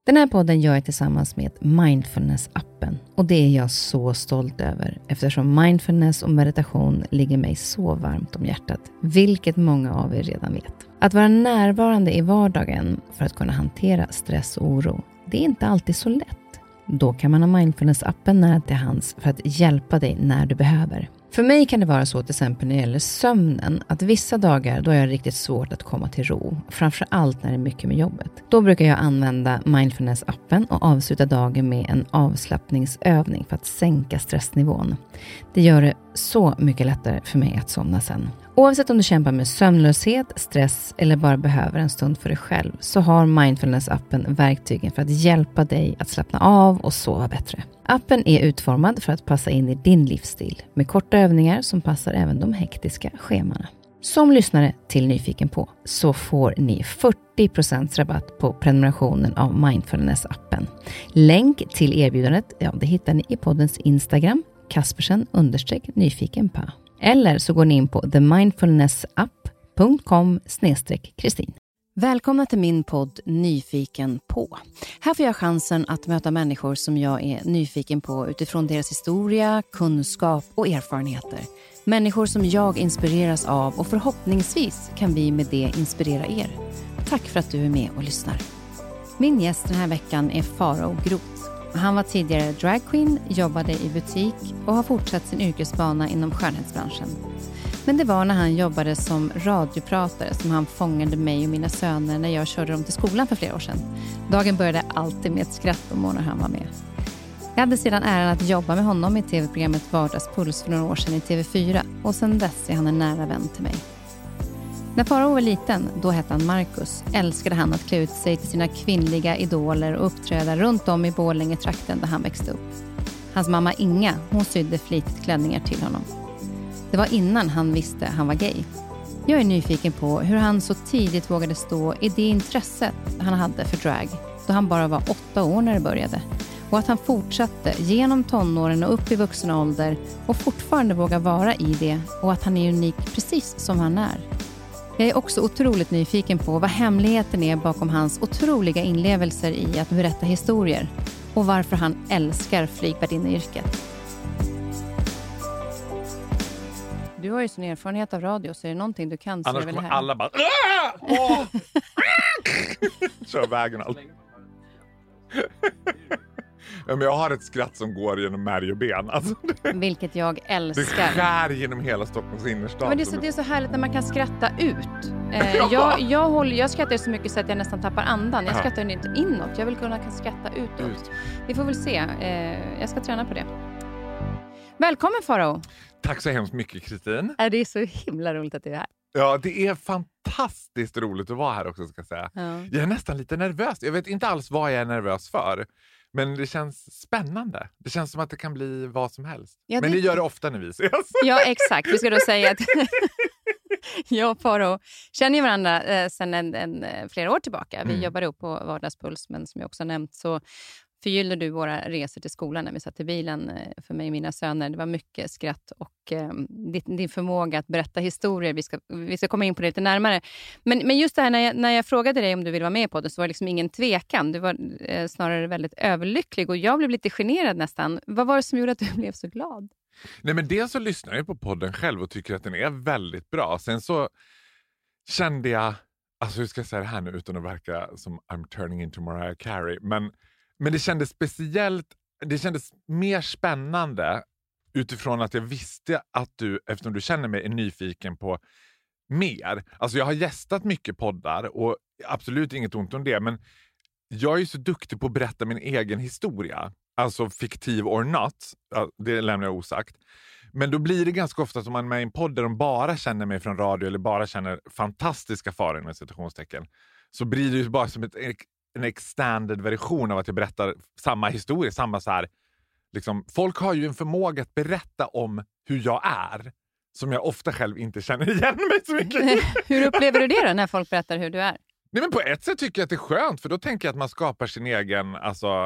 Den här podden gör jag tillsammans med Mindfulness-appen. Och det är jag så stolt över eftersom mindfulness och meditation ligger mig så varmt om hjärtat. Vilket många av er redan vet. Att vara närvarande i vardagen för att kunna hantera stress och oro, det är inte alltid så lätt. Då kan man ha Mindfulness-appen nära till hands för att hjälpa dig när du behöver. För mig kan det vara så till exempel när det gäller sömnen att vissa dagar då är jag riktigt svårt att komma till ro. Framförallt när det är mycket med jobbet. Då brukar jag använda Mindfulness-appen och avsluta dagen med en avslappningsövning för att sänka stressnivån. Det gör det så mycket lättare för mig att somna sen. Oavsett om du kämpar med sömnlöshet, stress eller bara behöver en stund för dig själv så har Mindfulness-appen verktygen för att hjälpa dig att slappna av och sova bättre. Appen är utformad för att passa in i din livsstil med korta övningar som passar även de hektiska schemana. Som lyssnare till Nyfiken på så får ni 40% rabatt på prenumerationen av Mindfulness-appen. Länk till erbjudandet, det hittar ni i poddens Instagram, Kaspersen_nyfikenpa. Eller så går ni in på themindfulnessapp.com/Kristin. Välkomna till min podd Nyfiken på. Här får jag chansen att möta människor som jag är nyfiken på utifrån deras historia, kunskap och erfarenheter. Människor som jag inspireras av och förhoppningsvis kan vi med det inspirera er. Tack för att du är med och lyssnar. Min gäst den här veckan är Farao Groth. Han var tidigare dragqueen, jobbade i butik och har fortsatt sin yrkesbana inom skönhetsbranschen. Men det var när han jobbade som radiopratare som han fångade mig och mina söner när jag körde dem till skolan för flera år sedan. Dagen började alltid med ett skratt om när han var med. Jag hade sedan äran att jobba med honom i tv-programmet Vardagspuls för några år sedan i TV4 och sedan dess är han en nära vän till mig. När Farao var liten, då hette han Marcus, älskade han att klä ut sig till sina kvinnliga idoler och uppträda runt om i Borlänge-trakten där han växte upp. Hans mamma Inga, hon sydde flitigt klänningar till honom. Det var innan han visste han var gay. Jag är nyfiken på hur han så tidigt vågade stå i det intresset han hade för drag, då han bara var 8 år när det började. Och att han fortsatte genom tonåren och upp i vuxen ålder och fortfarande vågar vara i det och att han är unik precis som han är. Jag är också otroligt nyfiken på vad hemligheten är bakom hans otroliga inlevelser i att berätta historier och varför han älskar flygvärdinneyrket. Du har ju sån erfarenhet av radio, så är det någonting du kan så annars är väl kommer här. alla bara kör vägen allt. Ja, men jag har ett skratt som går genom märg och ben. Alltså, vilket jag älskar. Det skär genom hela Stockholms innerstad. Men det är så härligt när man kan skratta ut. Jag skrattar så mycket så att jag nästan tappar andan. Jag skrattar inte inåt. Jag vill kunna skratta utåt. Vi får väl se. Jag ska träna på det. Välkommen Farao. Tack så hemskt mycket Kristin. Det är så himla roligt att du är här. Ja, det är fantastiskt roligt att vara här också ska jag säga. Ja. Jag är nästan lite nervös. Jag vet inte alls vad jag är nervös för. Men det känns spännande. Det känns som att det kan bli vad som helst. Ja, men det gör det ofta när vi ses. Ja, exakt. Vi ska då säga att jag och Farao känner varandra sedan flera år tillbaka. Vi jobbar upp på Vardagspuls, men som jag också nämnt så förgyllde du våra resor till skolan när vi satt i bilen för mig och mina söner. Det var mycket skratt och din förmåga att berätta historier. Vi ska komma in på det lite närmare. Men just det här när jag frågade dig om du ville vara med på det så var det liksom ingen tvekan. Du var snarare väldigt överlycklig och jag blev lite generad nästan. Vad var det som gjorde att du blev så glad? Nej, men dels så lyssnar jag på podden själv och tycker att den är väldigt bra. Sen så kände jag, alltså hur ska jag säga det här nu utan att verka som I'm turning into Mariah Carey, men det kändes speciellt, det kändes mer spännande utifrån att jag visste att du, eftersom du känner mig, är nyfiken på mer. Alltså jag har gästat mycket poddar och absolut inget ont om det, men jag är ju så duktig på att berätta min egen historia. Alltså fiktiv or not, det lämnar jag osagt. Men då blir det ganska ofta som man är med i en podd där de bara känner mig från radio eller bara känner fantastiska faror med citationstecken. Så blir det ju bara som en extended version av att jag berättar samma historia, samma så här liksom, folk har ju en förmåga att berätta om hur jag är som jag ofta själv inte känner igen mig så mycket. Hur upplever du det då när folk berättar hur du är? Nej, men på ett sätt tycker jag att det är skönt, för då tänker jag att man skapar sin egen, alltså,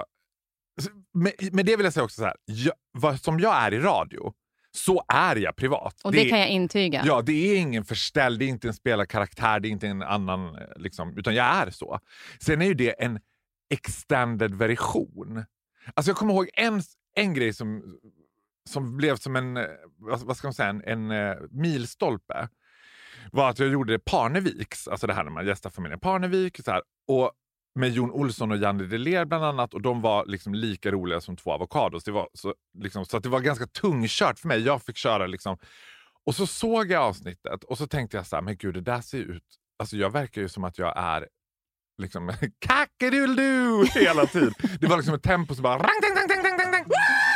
men det vill jag säga också så här, vad som jag är i radio, så är jag privat. Och det kan jag intyga. Ja, det är ingen förställd, det är inte en spelarkaraktär, det är inte en annan liksom, utan jag är så. Sen är ju det en extended version. Alltså jag kommer ihåg en grej som blev som en, vad ska man säga, en milstolpe. Var att jag gjorde Parneviks, alltså det här när man gästar familjen Parnevik så här, och med Jon Olsson och Janne Deler bland annat, och de var liksom lika roliga som 2 avokados. Det var så, liksom, så att det var ganska tungkört för mig. Jag fick köra liksom. Och så såg jag avsnittet och så tänkte jag så här, men gud, det där ser ut, alltså jag verkar ju som att jag är liksom kackeduldu hela tiden. Det var liksom ett tempo som bara rang, dang, dang, dang, dang, dang, dang.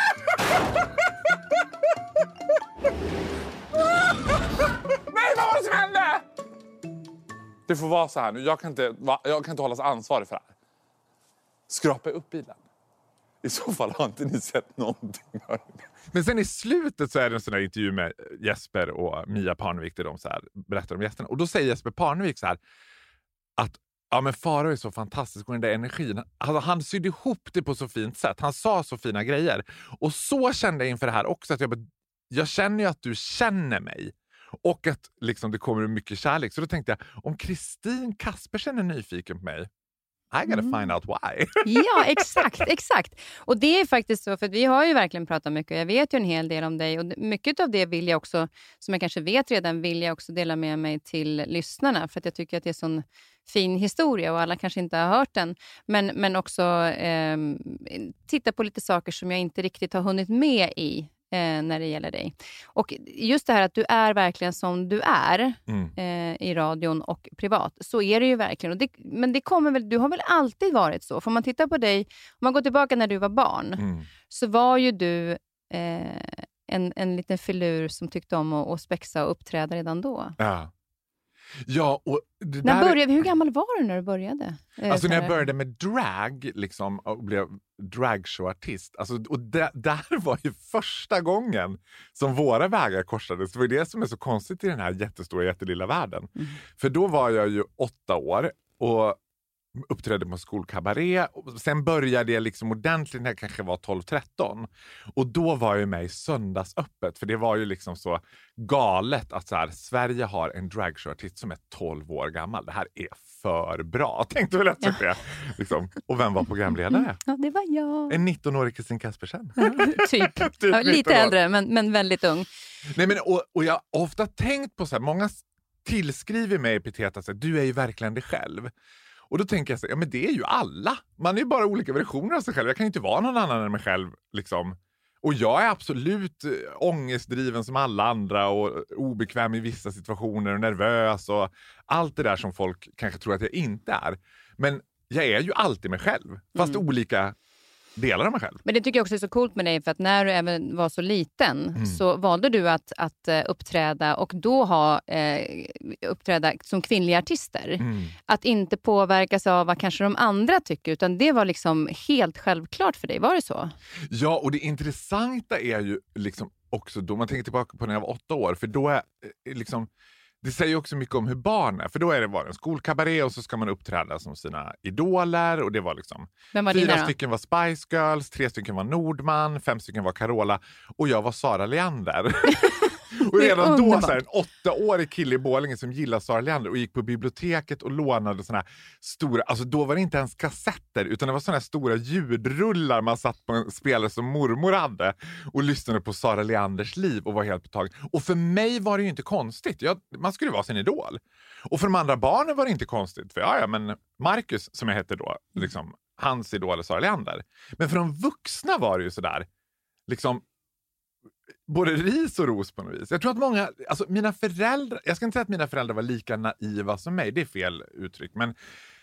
Nej, vad var det som hände? Det får vara så här nu. Jag kan inte hållas ansvarig för det här. Skrapa upp bilen. I så fall har inte ni sett någonting. Men sen i slutet så är det en sån här intervju med Jesper och Mia Parnevik där de så här berättar om gästerna. Och då säger Jesper Parnevik så här att ja, men Farao är så fantastisk och den där energin. Alltså, han sydde ihop det på så fint sätt. Han sa så fina grejer. Och så kände jag inför det här också att jag känner ju att du känner mig. Och att liksom, det kommer mycket kärlek. Så då tänkte jag, om Kristin Kaspersen är nyfiken på mig, I gotta find out why. Ja, exakt. Och det är faktiskt så, för att vi har ju verkligen pratat mycket. Jag vet ju en hel del om dig. Och mycket av det vill jag också, som jag kanske vet redan, vill jag också dela med mig till lyssnarna. För att jag tycker att det är sån fin historia och alla kanske inte har hört den. Men också titta på lite saker som jag inte riktigt har hunnit med i. När det gäller dig. Och just det här att du är verkligen som du är i radion och privat. Så är det ju verkligen. Och men det kommer väl, du har väl alltid varit så. Får man titta på dig, om man går tillbaka när du var barn, så var ju du en liten filur som tyckte om att spexa och uppträda redan då. Ja, och det där... Hur gammal var du när du började? Alltså när jag började med drag liksom, och blev dragshowartist. Alltså, och där var ju första gången som våra vägar korsades. Det var det som är så konstigt i den här jättelilla världen. För då var jag ju 8 år och uppträdde på skolkabaré. Sen började jag liksom ordentligt när jag kanske var 12-13. Och då var jag med i Söndagsöppet. För det var ju liksom så galet att så här, Sverige har en dragshowartist som är 12 år gammal. Det här är för bra, tänkte väl att det. Liksom. Och vem var programledare? Ja, det var jag. En 19-årig Kristin Kaspersen. Typ ja, lite äldre, men väldigt ung. Nej, men, och jag har ofta tänkt på så här, många tillskriver mig epitet att du är ju verkligen dig själv. Och då tänker jag så, ja men det är ju alla. Man är ju bara olika versioner av sig själv. Jag kan ju inte vara någon annan än mig själv liksom. Och jag är absolut ångestdriven som alla andra och obekväm i vissa situationer och nervös och allt det där som folk kanske tror att jag inte är. Men jag är ju alltid mig själv, fast olika delar av mig själv. Men det tycker jag också är så coolt med dig, för att när du även var så liten så valde du att uppträda och då uppträda som kvinnliga artister. Att inte påverkas av vad kanske de andra tycker, utan det var liksom helt självklart för dig. Var det så? Ja, och det intressanta är ju liksom också då man tänker tillbaka på när jag var 8 år, för då är liksom det säger också mycket om hur barn är. För då är det bara en skolkabaré och så ska man uppträda som sina idoler. Och det var liksom 4 stycken var Spice Girls, 3 stycken var Nordman, 5 stycken var Carola och jag var Sara Leander. Och redan då så här, en 8-årig kille i Borlänge som gillade Sara Leander och gick på biblioteket och lånade såna här stora, alltså då var det inte ens kassetter utan det var såna här stora ljudrullar man satt på en spelare som mormor hade och lyssnade på Sara Leanders liv och var helt betagen. Och för mig var det ju inte konstigt. Man skulle vara sin idol. Och för de andra barnen var det inte konstigt. För ja men Marcus som jag hette då, liksom, hans idol är Sara Leander. Men för de vuxna var det ju sådär liksom både ris och ros på något vis. Jag tror att många, alltså mina föräldrar, jag ska inte säga att mina föräldrar var lika naiva som mig, det är fel uttryck, men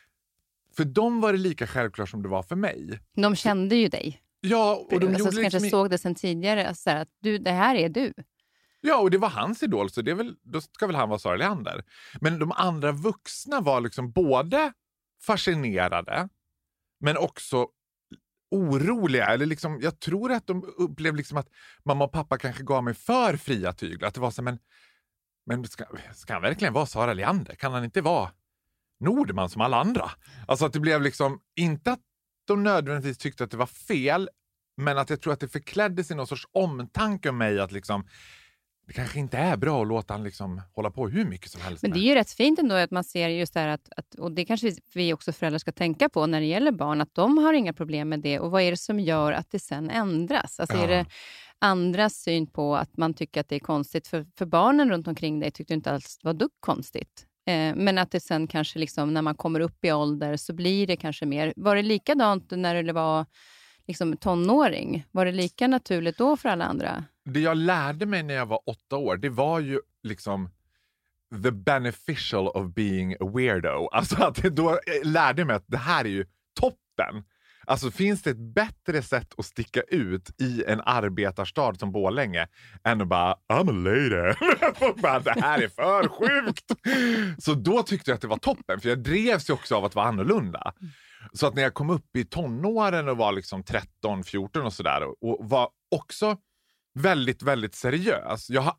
för dem var det lika självklart som det var för mig. De kände ju dig. Ja, och de gjorde kanske liksom såg det sen tidigare, så här, att det här är du. Ja, och det var hans idol, så det är väl, då ska väl han vara Sara Leander. Men de andra vuxna var liksom både fascinerade, men också oroliga, eller liksom, jag tror att de upplevde liksom att mamma och pappa kanske gav mig för fria tyglar, att det var så, men ska han verkligen vara Sara Leander? Kan han inte vara Nordman som alla andra? Alltså att det blev liksom, inte att de nödvändigtvis tyckte att det var fel, men att jag tror att det förkläddes i någon sorts omtanke om mig att liksom, det kanske inte är bra att låta han liksom hålla på hur mycket som helst. Men det är ju rätt fint ändå att man ser just det här att och det kanske vi också föräldrar ska tänka på när det gäller barn, att de har inga problem med det. Och vad är det som gör att det sen ändras? Alltså är det andras syn på att man tycker att det är konstigt? För barnen runt omkring dig tyckte inte alls det var dugg konstigt. Men att det sen kanske liksom, när man kommer upp i ålder så blir det kanske mer. Var det likadant när det var liksom tonåring? Var det lika naturligt då för alla andra? Det jag lärde mig när jag var 8 år, det var ju liksom the beneficial of being a weirdo. Alltså att då lärde jag mig att det här är ju toppen. Alltså finns det ett bättre sätt att sticka ut i en arbetarstad som Borlänge än att bara, I'm a lady. Bara, det här är för sjukt. Så då tyckte jag att det var toppen, för jag drevs ju också av att vara annorlunda. Så att när jag kom upp i tonåren och var liksom 13, 14 och sådär och var också väldigt, väldigt seriös. Jag har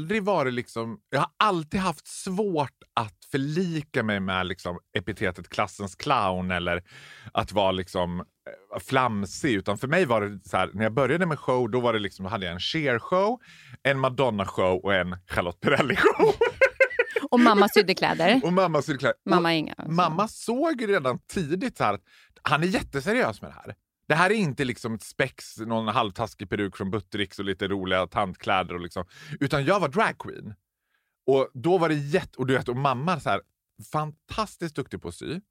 alltid haft svårt att förlika mig med liksom epitetet klassens clown eller att vara liksom flamsig, utan för mig var det så här, när jag började med show, då var det liksom, då hade jag en Cher-show, en Madonna-show och en Charlotte Perrelli-show. Och mamma sydde kläder. Mamma inga. Mamma såg ju redan tidigt så här, han är jätteseriös med det här. Det här är inte liksom ett spex, någon halvtaskig peruk från Buttericks och lite roliga tantkläder och liksom, utan jag var drag queen. Och då var det och du vet, och mamma så här, fantastiskt duktig på att sy.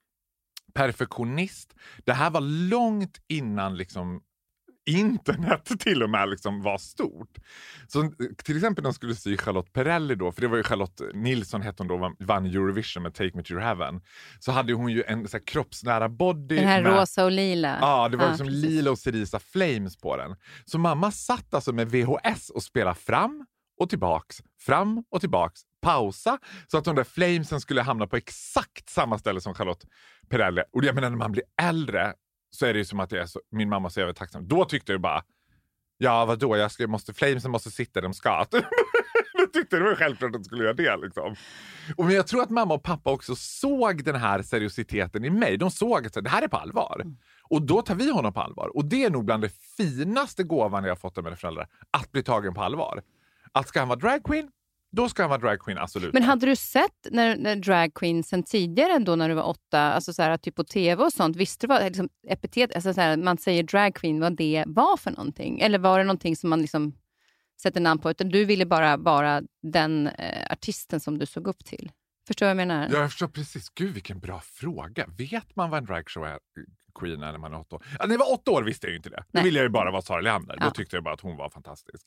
Perfektionist. Det här var långt innan liksom internet till och med liksom var stort. Så till exempel när de skulle sy Charlotte Perrelli då, för det var ju Charlotte Nilsson hette hon då, vann Eurovision med Take Me To Your Heaven. Så hade hon ju en så här kroppsnära body. Den här med, rosa och lila. Ja, det var liksom lila och cerisa flames på den. Så mamma satt alltså med VHS och spelade fram och tillbaks, pausa, så att de där flamesen skulle hamna på exakt samma ställe som Charlotte Perrelli. Och jag menar, när man blir äldre så är det ju som att det är så, min mamma så är jag tacksam. Då tyckte jag bara, ja vadå, flamesen måste sitta där de ska. Jag tyckte det var självklart att de skulle göra det liksom. Men jag tror att mamma och pappa också såg den här seriositeten i mig. De såg att det här är på allvar. Och då tar vi honom på allvar. Och det är nog bland det finaste gåvan jag har fått av mina föräldrar. Att bli tagen på allvar. Att ska han vara drag queen, då ska han vara drag queen, absolut. Men hade du sett när drag queen sen tidigare ändå när du var 8, alltså så här, typ på tv och sånt, visste du vad liksom, epitet, alltså så här, man säger drag queen, vad det var för någonting? Eller var det någonting som man liksom sätter namn på, utan du ville bara vara den artisten som du såg upp till? Förstår jag vad jag menar? Ja, jag förstår precis. Gud, vilken bra fråga. Vet man vad en dragshow är? Queen när man är 8 år. När jag var 8 år visste jag ju inte det. Då ville jag ju bara vara Sara Leander. Då tyckte jag bara att hon var fantastisk.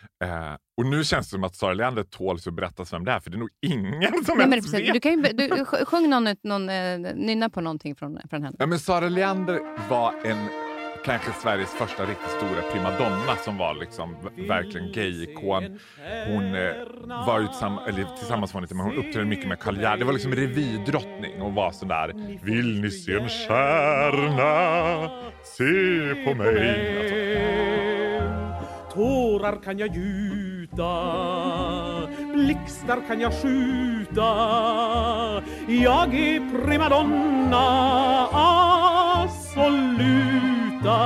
Och nu känns det som att Sara Leander tåls att berättas vem det är. För det är nog ingen som ens vet. Du kan ju sjung nynna på någonting från henne. Ja, men Sara Leander var kanske Sveriges första riktigt stora primadonna som var liksom verkligen gay-ikon. Hon var ju tillsammans med men hon uppträdde mycket med Karl Gerd. Det var liksom revydrottning och var sådär, vill ni se en stjärna, se på mig. Alltså. Tårar kan jag gjuta, blixtar kan jag skjuta, jag är primadonna, absolut.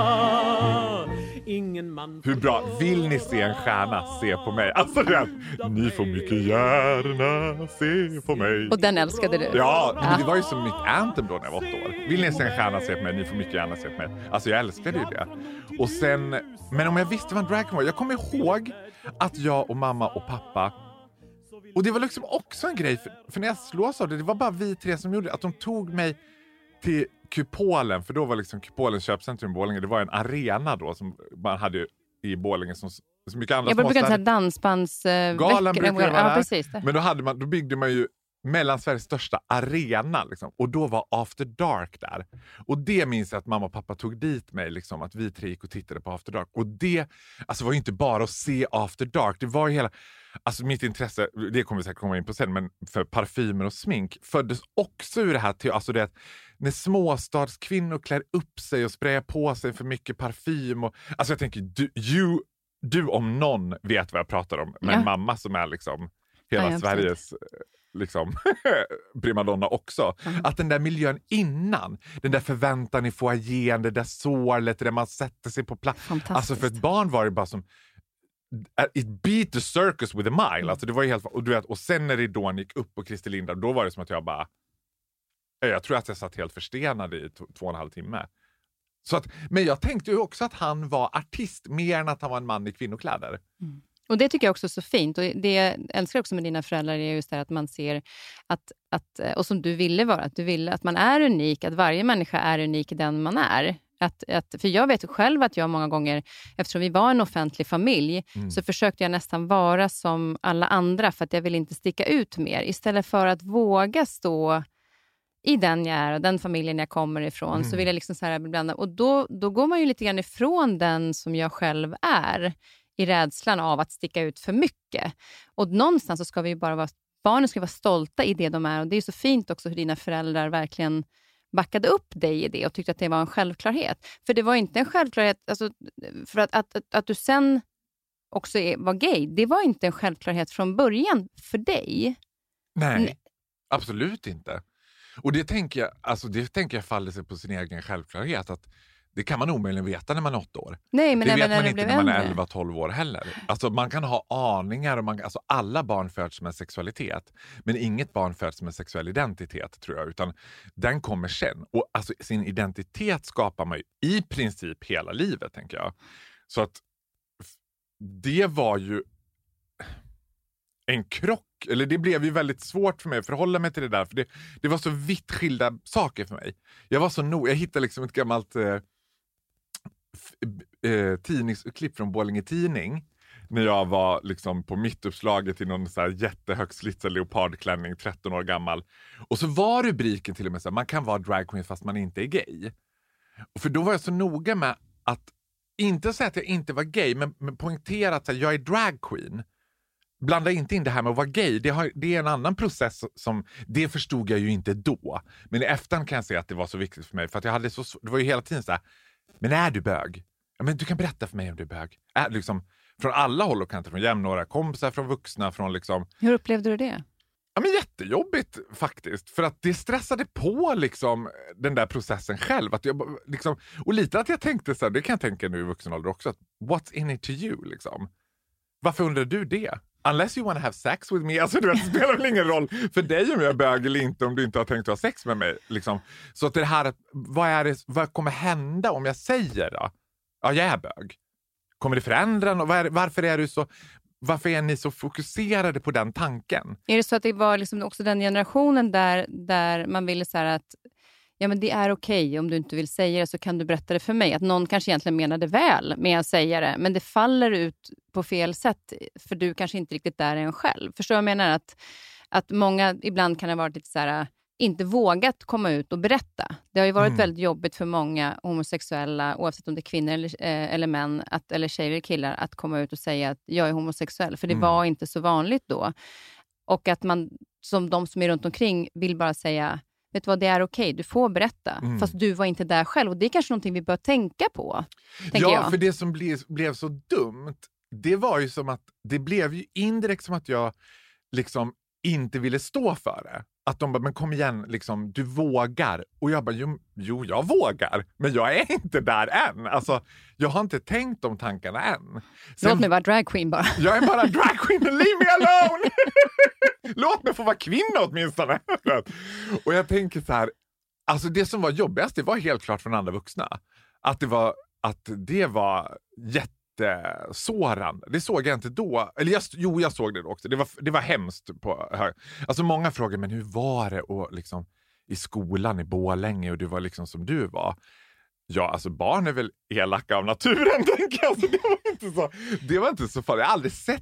Ingen man. Hur bra, vill ni se en stjärna, se på mig. Alltså ni får mycket gärna se på mig. Och den älskade du. Ja, men det var ju som mitt anthem då när jag var 8 år. Vill ni se en stjärna, se på mig, ni får mycket gärna se på mig. Alltså jag älskade ju det. Och sen, men om jag visste vad en drag var, jag kommer ihåg att jag och mamma och pappa, och det var liksom också en grej, för när jag slås av det var bara vi 3 som gjorde det, att de tog mig till Kupolen, för då var liksom Kupolens köpcentrum i Borlänge, det var en arena då som man hade i Borlänge som mycket andra. Jag brukar säga dansbandsgalan brukar det vara. Ja, precis det. Men då byggde man ju mellan Sveriges största arena liksom, och då var After Dark där. Och det minns jag att mamma och pappa tog dit mig liksom, att vi 3 gick och tittade på After Dark. Och det alltså var ju inte bara att se After Dark, det var ju hela, alltså mitt intresse, det kommer vi säkert komma in på sen, men för parfymer och smink föddes också ur det här till, alltså det att när småstadskvinnor klär upp sig och sprayar på sig för mycket parfym och, alltså jag tänker, du om någon vet vad jag pratar om, men mamma som är liksom hela Sveriges liksom primadonna också. Att den där miljön innan, den där förväntan i foajén, det där sålet där man sätter sig på plats. Alltså för ett barn var det bara som, it beat the circus with a mile. Alltså det var ju helt, och du vet, och sen när ridån gick upp på Christer Lindarw, då var det som att jag tror att jag satt helt förstenad i 2,5 timme. Så att, men jag tänkte ju också att han var artist mer än att han var en man i kvinnokläder. Och det tycker jag också är så fint. Och det jag älskar också med dina föräldrar är just det att man ser att och som du ville vara, att du ville att man är unik, att varje människa är unik i den man är. För jag vet själv att jag många gånger, eftersom vi var en offentlig familj, så försökte jag nästan vara som alla andra för att jag ville inte sticka ut mer. Istället för att våga stå i den jag är och den familjen jag kommer ifrån, så vill jag liksom så här blanda. Och då går man ju lite grann ifrån den som jag själv är, i rädslan av att sticka ut för mycket. Och någonstans så ska vi ju bara vara, barnen ska vara stolta i det de är. Och det är så fint också hur dina föräldrar verkligen backade upp dig i det och tyckte att det var en självklarhet. För det var inte en självklarhet, alltså, för att du sen också var gay, det var inte en självklarhet från början för dig. Nej, absolut inte. Och det tänker jag faller sig på sin egen självklarhet, att det kan man omöjligen veta när man är 8 år. Nej, men det vet man när inte när man är 11-12 år heller. Alltså man kan ha aningar, och alltså alla barn föds med sexualitet. Men inget barn föds med sexuell identitet, tror jag. Utan den kommer sen. Och alltså sin identitet skapar man ju i princip hela livet, tänker jag. Så att det var ju en krock. Eller det blev ju väldigt svårt för mig att förhålla mig till det där. För det var så vitt skilda saker för mig. Jag var så jag hittade liksom ett gammalt tidningsklipp från Borlänge Tidning. När jag var liksom på mittuppslaget i någon så här jättehög slitsad leopardklänning, 13 år gammal. Och så var rubriken till och med så här: man kan vara drag queen fast man inte är gay. Och för då var jag så noga med att inte säga att jag inte var gay, men poängtera att jag är drag queen. Blanda inte in det här med att vara gay. Det är en annan process som, det förstod jag ju inte då. Men i efterhand kan jag säga att det var så viktigt för mig. För att jag hade det var ju hela tiden så här: men är du bög? Ja, men du kan berätta för mig om du är bög. Liksom, från alla håll och kanter, från jämnåriga kompisar, från vuxna, från liksom... Hur upplevde du det? Ja, men jättejobbigt faktiskt. För att det stressade på liksom den där processen själv. Att jag, liksom, och lite att jag tänkte så här, det kan jag tänka nu i vuxen ålder också, att what's in it to you liksom? Varför undrar du det? Unless you want to have sex with me. Alltså det spelar väl ingen roll för dig om jag är bög eller inte, om du inte har tänkt att ha sex med mig. Liksom. Så att det här, vad kommer hända om jag säger då? Ja, jag är bög. Kommer det förändra? Varför är ni så fokuserade på den tanken? Är det så att det var liksom också den generationen där man ville så här att ja, men det är okej, om du inte vill säga det så kan du berätta det för mig. Att någon kanske egentligen menade väl med att säga det, men det faller ut på fel sätt för du kanske inte riktigt där är en själv. Förstår jag menar att många ibland kan ha varit lite så här, inte vågat komma ut och berätta. Det har ju varit väldigt jobbigt för många homosexuella, oavsett om det är kvinnor eller män, eller tjejer eller killar, att komma ut och säga att jag är homosexuell. För det var inte så vanligt då. Och att man, som de som är runt omkring, vill bara säga, vet du vad, det är okej, du får berätta. Fast du var inte där själv. Och det är kanske någonting vi bör tänka på. Ja, för det som blev så dumt, det var ju som att, det blev ju indirekt som att jag liksom inte ville stå för det. Att de bara, men kom igen, liksom, du vågar. Och jag bara, jo, jag vågar. Men jag är inte där än. Alltså, jag har inte tänkt de tankarna än. Låt mig vara drag queen bara. Jag är bara drag queen, leave me alone! Låt mig få vara kvinna åtminstone. Och jag tänker så här, alltså det som var jobbigast, det var helt klart från andra vuxna. Att det var jättesårande. Det såg jag inte då. Eller jag såg det då också. Det var hemskt alltså många frågar, men hur var det och liksom i skolan i Borlänge och du var liksom som du var? Ja, alltså barn är väl elaka av naturen, tänker jag. Så det var inte så farligt. Jag har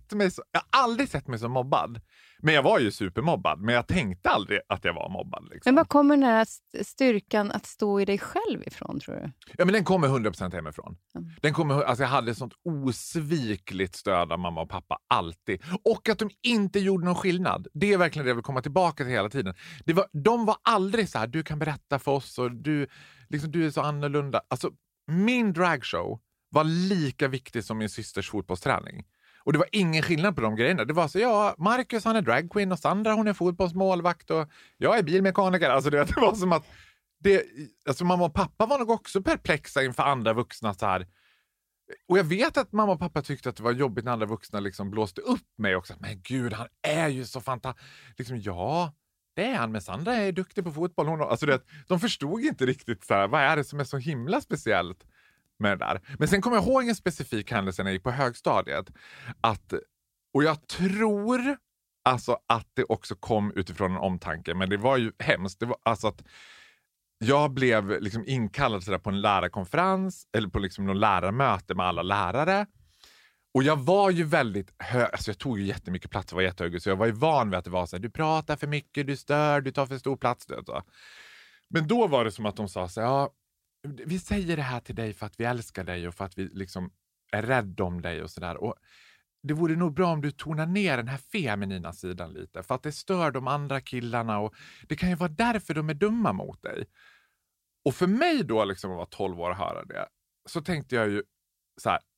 aldrig sett mig som mobbad. Men jag var ju supermobbad. Men jag tänkte aldrig att jag var mobbad. Liksom. Men var kommer den här styrkan att stå i dig själv ifrån, tror du? Ja, men den kommer 100% hemifrån. Alltså jag hade ett sånt osvikligt stöd av mamma och pappa alltid. Och att de inte gjorde någon skillnad. Det är verkligen det jag vill komma tillbaka till hela tiden. De var aldrig så här, du kan berätta för oss och du är så annorlunda. Alltså min dragshow var lika viktig som min systers fotbollsträning. Och det var ingen skillnad på de grejerna. Det var så, ja, Marcus han är dragqueen och Sandra hon är fotbollsmålvakt och jag är bilmekaniker. Alltså det var som att alltså mamma och pappa var nog också perplexa inför andra vuxna så här. Och jag vet att mamma och pappa tyckte att det var jobbigt när andra vuxna liksom blåste upp mig också. Men gud, han är ju så fantastisk. Liksom, ja, det är han. Men Sandra är duktig på fotboll. Alltså, de förstod inte riktigt så här, vad är det som är så himla speciellt med det där. Men sen kommer jag ihåg en specifik händelse när jag gick på högstadiet. Och jag tror alltså att det också kom utifrån en omtanke. Men det var ju hemskt. Det var alltså att jag blev liksom inkallad så där på en lärarkonferens eller på liksom någon lärarmöte med alla lärare. Och jag var ju väldigt alltså jag tog ju jättemycket plats och var jättehög. Så jag var ju van vid att det var så här, du pratar för mycket, du stör, du tar för stor plats. Så. Men då var det som att de sa så här, ja, vi säger det här till dig för att vi älskar dig och för att vi liksom är rädda om dig och sådär. Och det vore nog bra om du tonar ner den här feminina sidan lite. För att det stör de andra killarna och det kan ju vara därför de är dumma mot dig. Och för mig då liksom att vara 12 år och höra det. Så tänkte jag ju så här.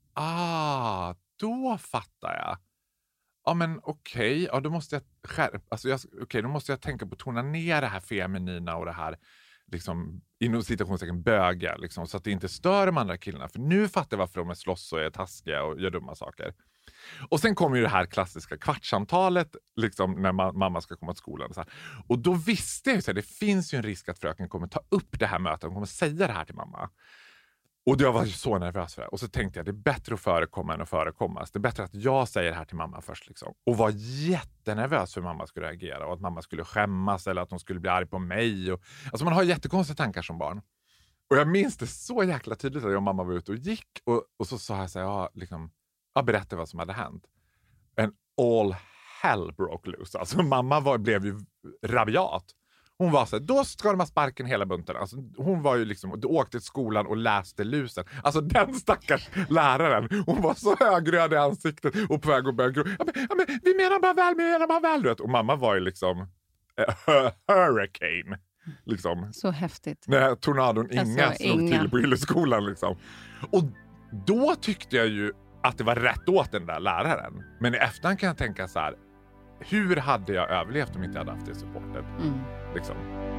Då fattar jag. Ja men okej. Ja då måste jag då måste jag tänka på att tona ner det här feminina och det här liksom inom citationstecken böga liksom, så att det inte stör de andra killarna. För nu fattar jag varför de är slåss och är taskiga och gör dumma saker. Och sen kommer ju det här klassiska kvartssamtalet liksom, när mamma ska komma till skolan. Och, så här. Och då visste jag ju att det finns ju en risk att fröken kommer ta upp det här mötet. Hon kommer säga det här till mamma. Och jag var ju så nervös för det. Och så tänkte jag, det är bättre att förekomma än att förekommas. Det är bättre att jag säger det här till mamma först. Liksom. Och var jättenervös för hur mamma skulle reagera. Och att mamma skulle skämmas eller att hon skulle bli arg på mig. Alltså man har jättekonstiga tankar som barn. Och jag minns det så jäkla tydligt att jag och mamma var ute och gick. Och så sa jag så här, jag berättade vad som hade hänt. And all hell broke loose. Alltså mamma blev ju rabiat. Hon var så här, då ska de ha sparken hela bunten. Alltså, hon var ju liksom, då åkte till skolan och läste lusen. Alltså den stackars läraren. Hon var så högröd i ansiktet och på väg att börja gro. Ja, men, vi menar bara väl. Du vet. Och mamma var ju liksom hurricane. Liksom. Så häftigt. När tornadon Inga slog till på Hylleskolan. Liksom. Och då tyckte jag ju att det var rätt åt den där läraren. Men i efterhand kan jag tänka så här. Hur hade jag överlevt om jag inte hade haft det supportet? Liksom.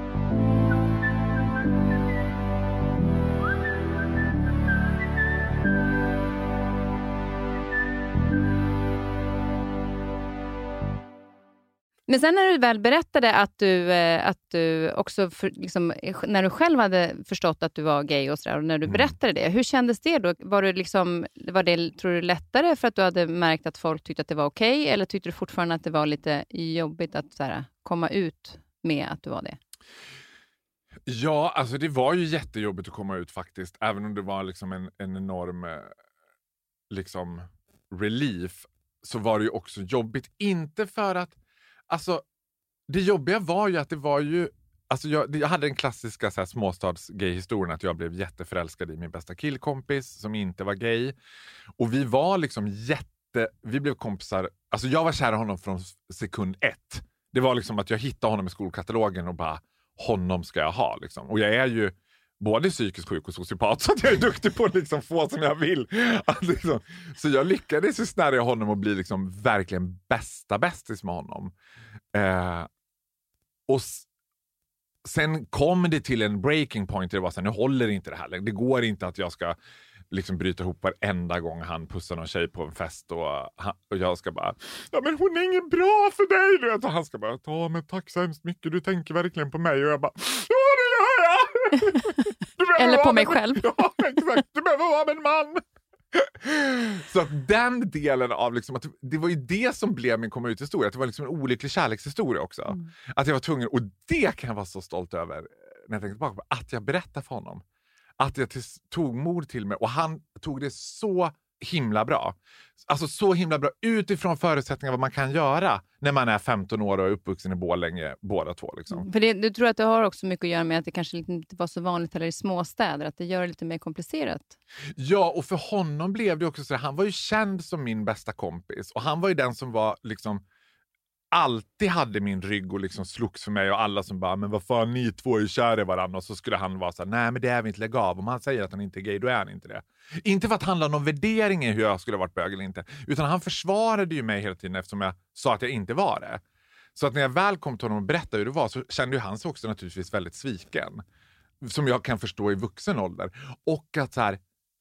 Men sen när du väl berättade att du också liksom, när du själv hade förstått att du var gay och sådär, och när du berättade det, hur kändes det då? Var det tror du lättare för att du hade märkt att folk tyckte att det var okej, eller tyckte du fortfarande att det var lite jobbigt att såhär, komma ut med att du var det? Ja, alltså det var ju jättejobbigt att komma ut faktiskt, även om det var liksom en enorm liksom relief, så var det ju också jobbigt. Inte för att alltså, det jobbiga var ju att det var ju... Alltså jag hade den klassiska så här, småstads-gay-historien att jag blev jätteförälskad i min bästa killkompis som inte var gay. Och vi var liksom vi blev kompisar... Alltså jag var kär i honom från sekund 1. Det var liksom att jag hittade honom i skolkatalogen och bara, honom ska jag ha liksom. Och jag är ju både psykiskt sjuk och sociopat, så att jag är duktig på att liksom få som jag vill. Liksom, så jag lyckades ju snärja honom och bli liksom verkligen bästis med honom. Och sen kom det till en breaking point där det var så här, nu håller inte det här. Det går inte att jag ska liksom bryta ihop varenda gång han pussar någon tjej på en fest och jag ska bara, ja men hon är ingen bra för dig, du vet. Och han ska bara, ja men tack så hemskt mycket, du tänker verkligen på mig. Och jag bara, ja det gör jag. Eller på mig själv. Ja exakt, du behöver vara med en man. Så att den delen av liksom, att det var ju det som blev min komma ut historia, att det var liksom en olycklig kärlekshistoria också. Att jag var tvungen, och det kan jag vara så stolt över när jag tänkte tillbaka på, att jag berättade för honom. Att jag tog mod till mig, och han tog det så himla bra. Alltså så himla bra utifrån förutsättningar vad man kan göra när man är 15 år och är uppvuxen i Borlänge, båda två liksom. För du tror att det har också mycket att göra med att det kanske inte var så vanligt heller i småstäder, att det gör det lite mer komplicerat. Ja, och för honom blev det också så, han var ju känd som min bästa kompis, och han var ju den som var liksom alltid hade min rygg och liksom slogs för mig, och alla som bara, men vad fan, ni två är ju kära i varandra, och så skulle han vara så här, nej men det är vi inte, lägga av. Om han säger att han inte är gay, då är han inte det. Inte för att handla om någon värdering i hur jag skulle ha varit bög eller inte, utan han försvarade ju mig hela tiden eftersom jag sa att jag inte var det. Så att när jag väl kom till honom och berättade hur det var, så kände ju han sig också naturligtvis väldigt sviken. Som jag kan förstå i vuxen ålder. Och att så här,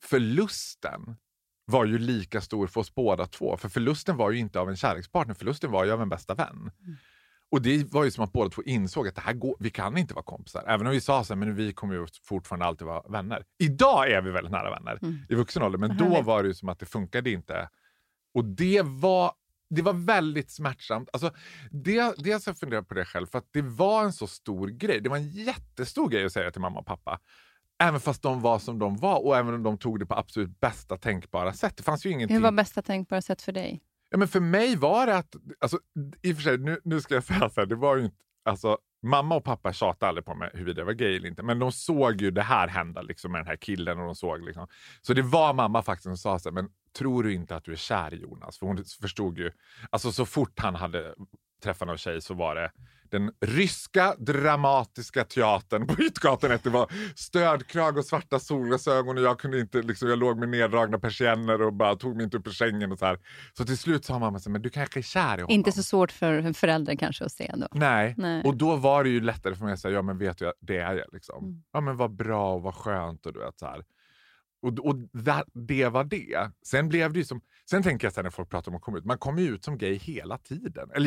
förlusten var ju lika stor för oss båda två. För förlusten var ju inte av en kärlekspartner, förlusten var ju av en bästa vän. Och det var ju som att båda två insåg att det här vi kan inte vara kompisar. Även om vi sa så här, men vi kommer ju fortfarande alltid vara vänner. Idag är vi väldigt nära vänner i vuxen ålder. Men då var det ju som att det funkade inte. Och det var väldigt smärtsamt. Alltså, dels jag funderar på det själv. För att det var en så stor grej. Det var en jättestor grej att säga till mamma och pappa. Även fast de var som de var. Och även om de tog det på absolut bästa tänkbara sätt. Det fanns ju ingenting. Hur var bästa tänkbara sätt för dig? Ja, men för mig var det att, alltså, i och för sig, nu ska jag säga så här, det var ju inte, alltså, mamma och pappa tjatade aldrig på mig huruvida det var gay eller inte, men de såg ju det här hända liksom med den här killen och de såg liksom. Så det var mamma faktiskt som sa så här, men tror du inte att du är kär i Jonas? För hon förstod ju, alltså så fort han hade träffat någon tjej så var det den ryska dramatiska teatern på Hyttgatan 1. Det var stödkrag och svarta solglasögon och jag kunde inte, liksom, jag låg med neddragna persienner och bara tog mig inte upp ur sängen och så här. Så till slut sa mamma så, men du kanske är kär i honom. Inte så svårt för en förälder kanske att se ändå. Nej. Och då var det ju lättare för mig att säga, ja men vet du, det är jag liksom. Ja men vad bra och vad skönt och du vet så här. Och det var det. Sen blev det ju som, sen tänker jag så här när folk pratar om att komma ut, man kommer ju ut som gay hela tiden. Eller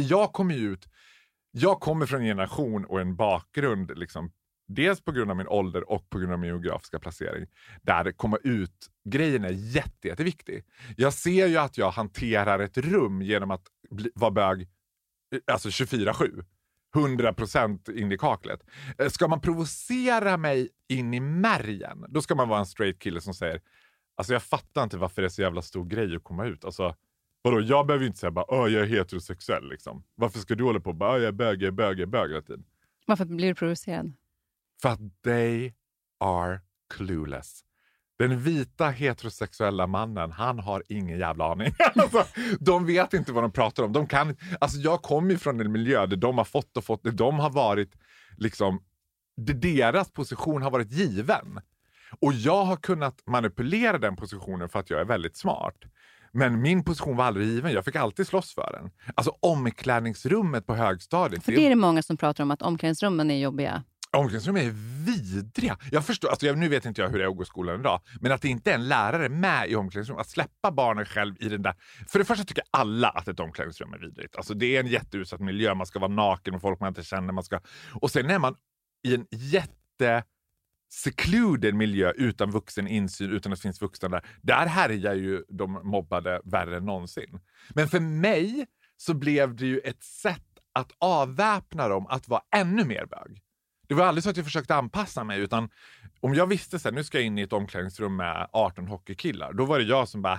jag kommer från en generation och en bakgrund liksom, dels på grund av min ålder och på grund av min geografiska placering, där det kommer ut, grejen är jätteviktig. Jag ser ju att jag hanterar ett rum genom att vara bög, alltså 24/7. 100% in i kaklet. Ska man provocera mig in i märgen, då ska man vara en straight kille som säger, alltså jag fattar inte varför det är så jävla stor grej att komma ut. Alltså, vadå, jag behöver inte säga bara, jag är heterosexuell liksom. Varför ska du hålla på bara, jag är bög hela tiden? Varför blir du provocerad? För att they are clueless. Den vita heterosexuella mannen, han har ingen jävla aning. Alltså, de vet inte vad de pratar om. De kan, alltså jag kommer ju från en miljö där de har fått, de har varit liksom, deras position har varit given. Och jag har kunnat manipulera den positionen för att jag är väldigt smart. Men min position var aldrig given. Jag fick alltid slåss för den. Alltså omklädningsrummet på högstadiet. För det är det många som pratar om, att omklädningsrummen är jobbiga. Omklädningsrummen är vidriga. Jag förstår, alltså nu vet inte jag hur det är att gå i skolan idag. Men att det inte är en lärare med i omklädningsrummet. Att släppa barnen själv i den där. För det första tycker alla att ett omklädningsrum är vidrigt. Alltså det är en jätteutsatt miljö. Man ska vara naken med folk man inte känner. Och sen är man i en secluded miljö utan vuxen insyn, utan att det finns vuxna där. Där härjar ju de mobbade värre än någonsin. Men för mig så blev det ju ett sätt att avväpna dem att vara ännu mer bög. Det var aldrig så att jag försökte anpassa mig, utan om jag visste så här, nu ska jag in i ett omklädningsrum med 18 hockeykillar, då var det jag som bara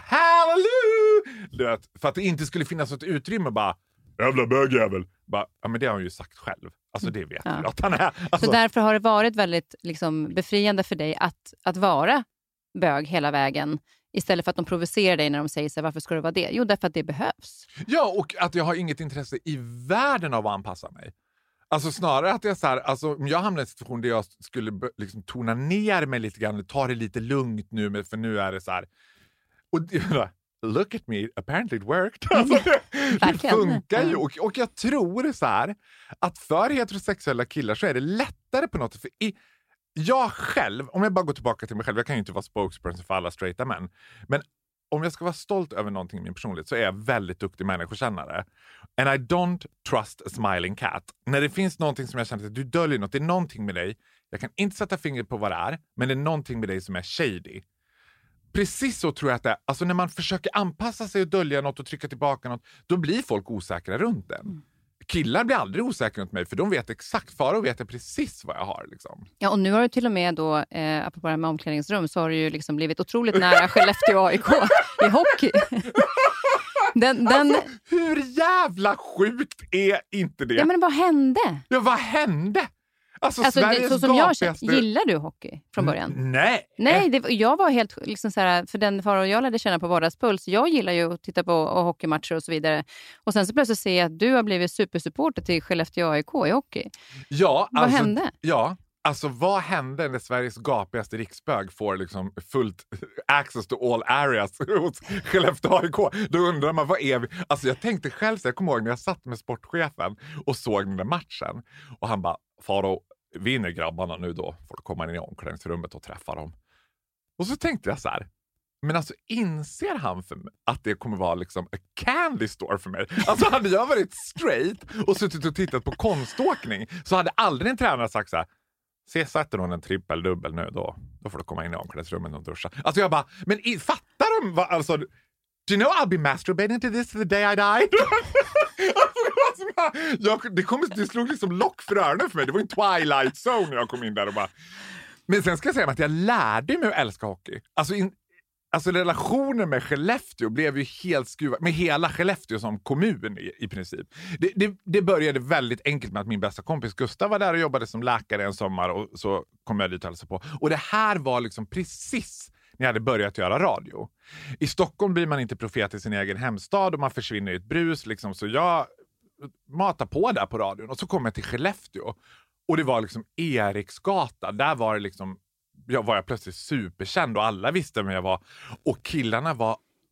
hallå! För att det inte skulle finnas ett utrymme bara jävla bögjävel. Bara, ja men det har han ju sagt själv. Alltså det vet jag att han är. Alltså. Så därför har det varit väldigt liksom, befriande för dig att vara bög hela vägen. Istället för att de provocerar dig när de säger så här, varför ska det vara det? Jo, därför att det behövs. Ja, och att jag har inget intresse i världen av att anpassa mig. Alltså snarare att jag så här, alltså om jag hamnar i en situation där jag skulle liksom tona ner mig lite grann, ta det lite lugnt nu, för nu är det så här. Och look at me, apparently it worked. Alltså, det funkar ju. Och jag tror så här, att för heterosexuella killar så är det lättare på något. För jag själv, om jag bara går tillbaka till mig själv, jag kan ju inte vara spokesperson för alla straighta män. Men om jag ska vara stolt över någonting i min personlighet så är jag väldigt duktig människokännare. And I don't trust a smiling cat. När det finns någonting som jag känner att du döljer något, det är någonting med dig. Jag kan inte sätta fingret på vad det är, men det är någonting med dig som är shady. Precis så tror jag att det är. Alltså när man försöker anpassa sig och dölja något och trycka tillbaka något, då blir folk osäkra runt den. Killar blir aldrig osäkra runt mig, för de vet exakt, Faro vet jag precis vad jag har. Liksom. Ja, och nu har du till och med då, apropå det här med omklädningsrum, så har du ju liksom blivit otroligt nära Skellefteå AIK i hockey. Alltså, hur jävla sjukt är inte det? Ja, men vad hände? Ja, vad hände? Alltså så som jag känner, gillar du hockey från början? Nej. Jag var helt liksom så här, för den Faro och jag lärde känna på vardagspuls. Jag gillar ju att titta på hockeymatcher och så vidare. Och sen så plötsligt ser jag att du har blivit supersupporter till Skellefteå AIK i hockey. Ja, vad hände? Ja, alltså vad hände när Sveriges gapigaste riksbög får liksom fullt access to all areas hos Skellefteå AIK? Då undrar man, vad är vi? Alltså jag tänkte själv, så jag kommer ihåg när jag satt med sportchefen och såg den där matchen. Och han bara, Faro, vinner grabbarna nu då? Får du komma in i omklädningsrummet och träffa dem. Och så tänkte jag så här, Men alltså inser han för mig att det kommer vara liksom a candy store för mig? Alltså hade jag varit straight och suttit och tittat på konståkning så hade aldrig en tränare sagt så här: se, sätter hon en trippel dubbel nu då får du komma in i omklädningsrummet och duscha. Alltså jag bara, men fattar de vad, alltså, do you know I'll be masturbating to this the day I die? Det slog liksom lock för öronen för mig. Det var en Twilight Zone när jag kom in där och bara... Men sen ska jag säga att jag lärde mig att älska hockey. Alltså relationen med Skellefteå blev ju helt skruvad. Med hela Skellefteå som kommun i princip. Det började väldigt enkelt med att min bästa kompis Gustav var där och jobbade som läkare en sommar. Och så kom jag dit och hälsade på. Och det här var liksom precis när jag hade börjat göra radio. I Stockholm blir man inte profet i sin egen hemstad och man försvinner i ett brus. Liksom, så jag matar på där på radion. Och så kom jag till Skellefteå. Och det var liksom Eriksgata. Där var det liksom... var jag plötsligt superkänd och alla visste vem jag var. Och killarna var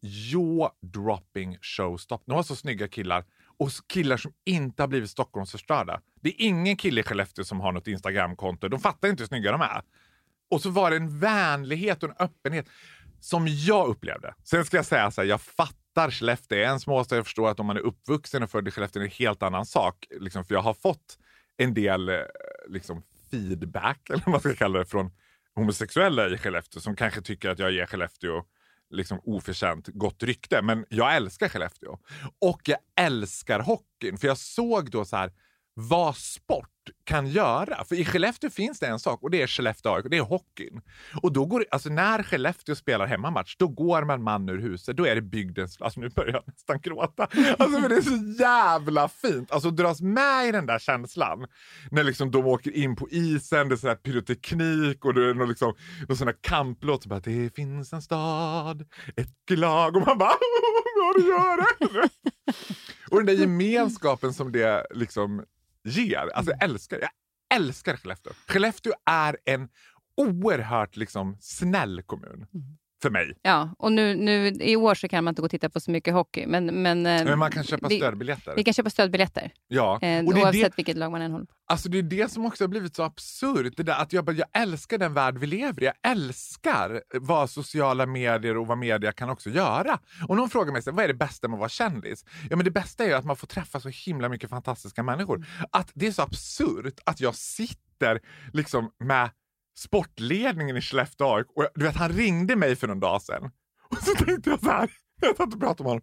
jaw-dropping showstop. De var så snygga killar. Och killar som inte har blivit Stockholmsförstörda. Det är ingen kille i Skellefteå som har något Instagramkonto. De fattar inte hur snygga de är. Och så var det en vänlighet och en öppenhet som jag upplevde. Sen ska jag säga så här, jag fattar Skellefteå. En småstad, jag förstår att om man är uppvuxen och född i Skellefteå är det en helt annan sak. Liksom, för jag har fått en del liksom, feedback, eller vad man ska kalla det, från homosexuella i Skellefteå som kanske tycker att jag ger Skellefteå liksom oförtjänt gott rykte. Men jag älskar Skellefteå. Och jag älskar hockeyn. För jag såg då så här vad sport kan göra. För i Skellefteå finns det en sak och det är Skellefteå AIK och det är hockeyn. Och då går alltså när Skellefteå spelar hemmamatch då går man ur huset. Då är det bygdens... Alltså nu börjar jag nästan gråta. Alltså för det är så jävla fint. Alltså dras med i den där känslan. När liksom de åker in på isen, det är så här pyroteknik och det är någon liksom någon sån här kamplåt som bara det finns en stad, ett lag och man bara vad du gör det? Och den där gemenskapen som det liksom ger. Alltså jag älskar Skellefteå. Skellefteå är en oerhört liksom snäll kommun. För mig. Ja, och nu i år så kan man inte gå och titta på så mycket hockey. Men man kan köpa stödbiljetter. Vi kan köpa stödbiljetter. Ja. Och oavsett vilket lag man än håller på. Alltså det är det som också har blivit så absurt. Det där att jag älskar den värld vi lever i. Jag älskar vad sociala medier och vad media kan också göra. Och någon frågar mig vad är det bästa med att vara kändis? Ja men det bästa är ju att man får träffa så himla mycket fantastiska människor. Att det är så absurt att jag sitter liksom med sportledningen i Skellefteå AIK. Och du vet, han ringde mig för någon dag sedan. Och så tänkte jag så här. Jag satt och pratade med honom.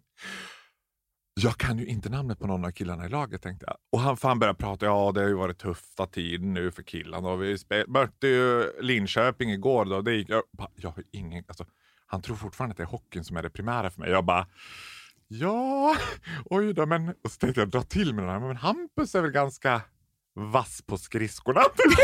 Jag kan ju inte namnet på någon av killarna i laget, tänkte jag. Och han började prata. Ja, det har ju varit tuffa tid nu för killarna. Och vi mötte ju Linköping igår då. Det gick, jag har ingen... Alltså, han tror fortfarande att det är hockeyn som är det primära för mig. Jag bara... Ja, oj då, men... Och så tänkte jag dra till med den här. Men Hampus är väl ganska vass på skridskorna.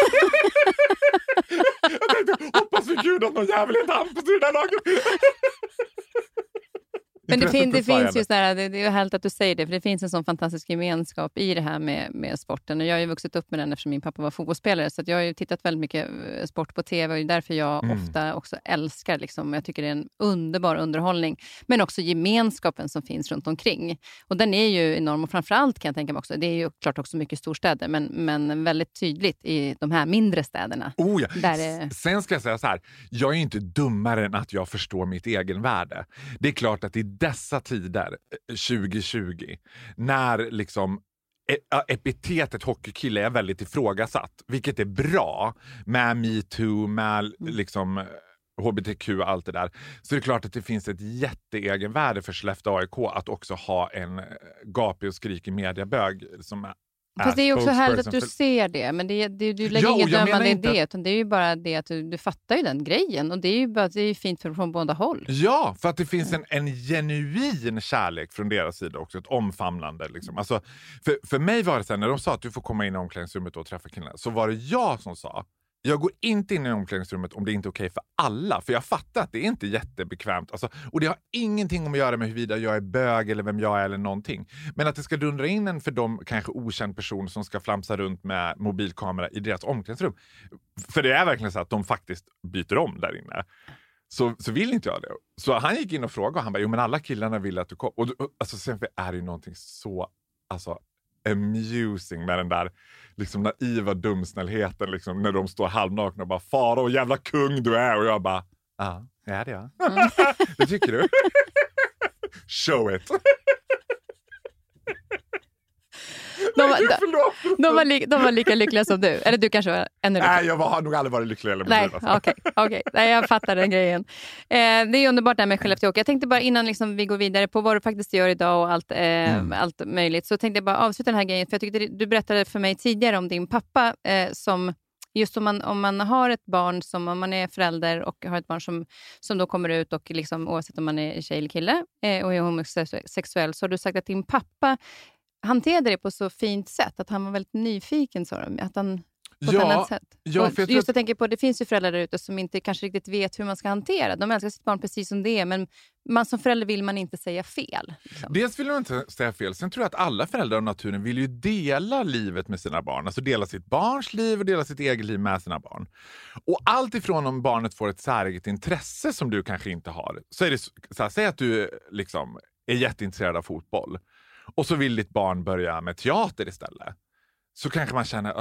Jag tänkte, hoppas för gud att någon jävel inte Hampus i den här lagen. Men det finns ju sådär, det är härligt att du säger det, för det finns en sån fantastisk gemenskap i det här med sporten. Och jag har ju vuxit upp med den eftersom min pappa var fotbollsspelare, så att jag har ju tittat väldigt mycket sport på tv och det är därför jag ofta också älskar, liksom, jag tycker det är en underbar underhållning, men också gemenskapen som finns runt omkring. Och den är ju enorm, och framförallt kan jag tänka mig också, det är ju klart också mycket storstäder, men väldigt tydligt i de här mindre städerna. Oh ja. Där Sen ska jag säga så här, jag är ju inte dummare än att jag förstår mitt egenvärde. Det är klart att i dessa tider, 2020, när liksom epitetet hockeykille är väldigt ifrågasatt, vilket är bra med MeToo, med liksom HBTQ och allt det där, så är det klart att det finns ett jätteegenvärde för Skellefteå AIK att också ha en gapig och skrikig mediabög som är... Fast det är också härligt att du ser det, men du lägger inget dömande i det, utan det är ju bara det att du fattar ju den grejen, och det är ju bara, det är fint från båda håll. Ja, för att det finns en genuin kärlek från deras sida också, ett omfamnande liksom. Alltså, för mig var det så här, när de sa att du får komma in i omklädningsrummet och träffa killarna, så var det jag som sa, jag går inte in i omklädningsrummet om det inte är okej för alla. För jag fattar att det är inte jättebekvämt. Alltså, och det har ingenting om att göra med huruvida jag är bög eller vem jag är eller någonting. Men att det ska dundra in en för dem kanske okänd person som ska flamsa runt med mobilkamera i deras omklädningsrum. För det är verkligen så att de faktiskt byter om där inne. Så vill inte jag det. Så han gick in och frågade och han bara, jo men alla killarna vill att du kommer. Och alltså, sen är det ju någonting så... Alltså, amusing med den där liksom naiva dumsnällheten liksom, när de står halvnakna och bara fara och jävla kung du är, och jag bara Ja, det är det, ja. Det tycker du? Show it. De var lika lyckliga som du. Eller du kanske var ännu lyckligare. Nej, jag har nog aldrig varit lyckligare. Nej, okej. Nej, jag fattar den grejen. Det är underbart det här med Skellefteå. Jag tänkte bara innan liksom vi går vidare på vad du faktiskt gör idag och allt möjligt. Så tänkte jag bara avsluta den här grejen. För jag tyckte du berättade för mig tidigare om din pappa som... Just om man har ett barn, som om man är förälder och har ett barn som då kommer ut och liksom, oavsett om man är tjej eller kille och är homosexuell, så har du sagt att din pappa hanterade det på så fint sätt, att han var väldigt nyfiken, sa de, att han på ett annat sätt. Ja, för jag tänker på, det finns ju föräldrar där ute som inte kanske riktigt vet hur man ska hantera. De älskar sitt barn precis som det är, men man som förälder vill man inte säga fel. Liksom. Dels vill man inte säga fel. Sen tror jag att alla föräldrar av naturen vill ju dela livet med sina barn. Alltså dela sitt barns liv och dela sitt eget liv med sina barn. Och allt ifrån om barnet får ett särskilt intresse som du kanske inte har. Så är det så här, säg att du liksom är jätteintresserad av fotboll. Och så vill ditt barn börja med teater istället. Så kanske man känner,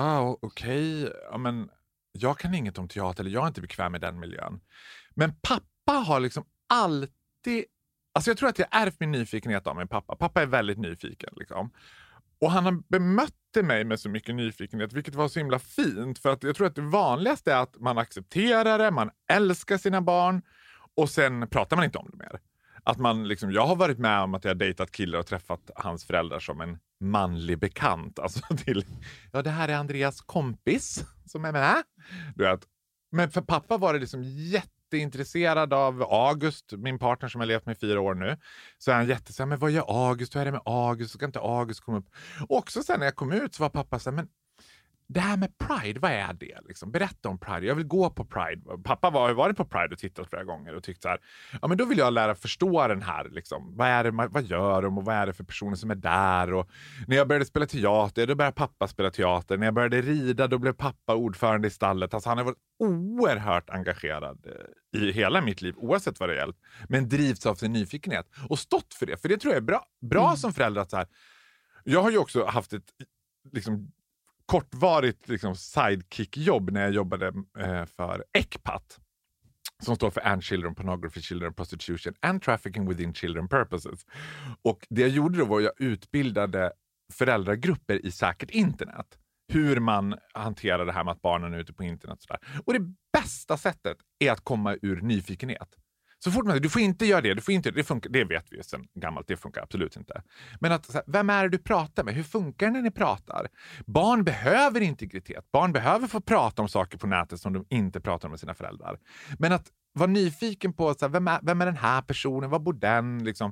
okej, men jag kan inget om teater, eller jag är inte bekväm med den miljön. Men pappa har liksom alltid, alltså jag tror att jag ärvt min nyfikenhet av min pappa. Pappa är väldigt nyfiken liksom. Och han har bemött mig med så mycket nyfikenhet, vilket var så himla fint. För att jag tror att det vanligaste är att man accepterar det, man älskar sina barn och sen pratar man inte om det mer. Att man liksom, jag har varit med om att jag har dejtat killar och träffat hans föräldrar som en manlig bekant. Alltså till, det här är Andreas kompis som är med. Du vet. Men för pappa var det liksom jätteintresserad av August, min partner som har levt med 4 år nu. Så är han jätteså, men vad gör August? Hur är det med August? Så kan inte August komma upp? Och också sen när jag kom ut så var pappa så här, men det här med Pride, vad är det? Liksom, berätta om Pride. Jag vill gå på Pride. Pappa har varit på Pride och tittat flera gånger och tyckt så här, men då vill jag lära förstå den här. Liksom. Vad gör de och vad är det för personer som är där? Och när jag började spela teater, då började pappa spela teater. När jag började rida, då blev pappa ordförande i stallet. Alltså han har varit oerhört engagerad i hela mitt liv, oavsett vad det gällt. Men drivs av sin nyfikenhet. Och stått för det. För det tror jag är bra som förälder att så här. Jag har ju också haft ett liksom kortvarigt liksom sidekick-jobb när jag jobbade för ECPAT, som står för And Children, Pornography, Children, Prostitution and Trafficking Within Children Purposes. Och det jag gjorde då var att jag utbildade föräldragrupper i säkert internet. Hur man hanterar det här med att barnen är ute på internet. Och, sådär. Och det bästa sättet är att komma ur nyfikenhet. Så fort man, du får inte göra det funkar, det vet vi ju sedan gammalt, det funkar absolut inte. Men att, så här, vem är det du pratar med? Hur funkar det när ni pratar? Barn behöver integritet. Barn behöver få prata om saker på nätet som de inte pratar om med sina föräldrar. Men att vara nyfiken på, så här, vem är den här personen? Var bor den? Liksom,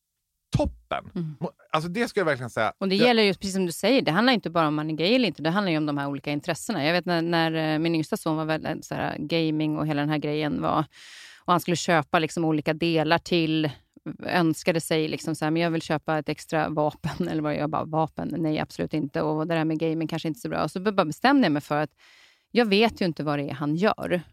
toppen. Alltså det ska jag verkligen säga. Och det gäller ju precis som du säger, det handlar inte bara om man är gay eller inte, det handlar ju om de här olika intressena. Jag vet när min yngsta son var väldigt så här, gaming och hela den här grejen var, och han skulle köpa liksom olika delar till, önskade sig liksom så här, men jag vill köpa ett extra vapen, eller vad jag bara, vapen, nej absolut inte, och det där med gaming kanske inte så bra. Och så bara bestämde jag mig för att jag vet ju inte vad det är han gör.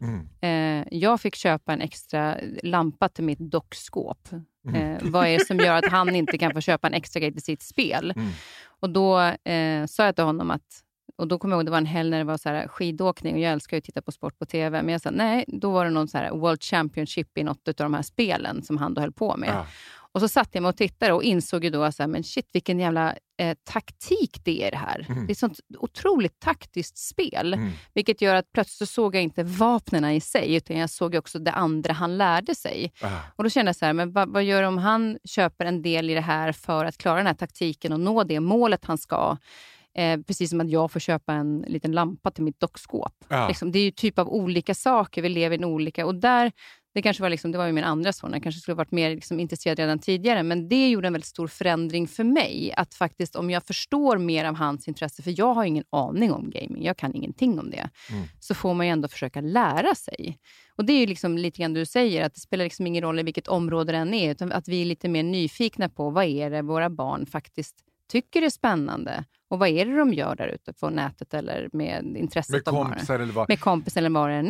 Jag fick köpa en extra lampa till mitt dockskåp. Vad är det som gör att han inte kan få köpa en extra grej till sitt spel? Och då sa jag till honom att, och då kommer jag ihåg, det var en helg när det var så här skidåkning, och jag älskar ju att titta på sport på tv, men jag sa nej, då var det någon så här World Championship i något av de här spelen som han då höll på med. Och så satt jag mig och tittade och insåg ju då att men shit, vilken jävla taktik det är det här. Det är ett sånt otroligt taktiskt spel. Vilket gör att plötsligt så såg jag inte vapnena i sig, utan jag såg också det andra han lärde sig. Och då kände jag så här, men vad gör om han köper en del i det här för att klara den här taktiken och nå det målet han ska? Precis som att jag får köpa en liten lampa till mitt dockskåp. Liksom, det är ju typ av olika saker, vi lever i olika, och där, det kanske var liksom, det var ju min andra son, jag kanske skulle varit mer liksom intresserad redan tidigare, men det gjorde en väldigt stor förändring för mig, att faktiskt om jag förstår mer av hans intresse, för jag har ingen aning om gaming, jag kan ingenting om det, så får man ju ändå försöka lära sig. Och det är ju liksom lite grann du säger, att det spelar liksom ingen roll i vilket område den är, utan att vi är lite mer nyfikna på vad är det våra barn faktiskt tycker är spännande. Och vad är det de gör där ute på nätet eller med intresset med kompisar eller vad? Med kompisar eller vad det än är.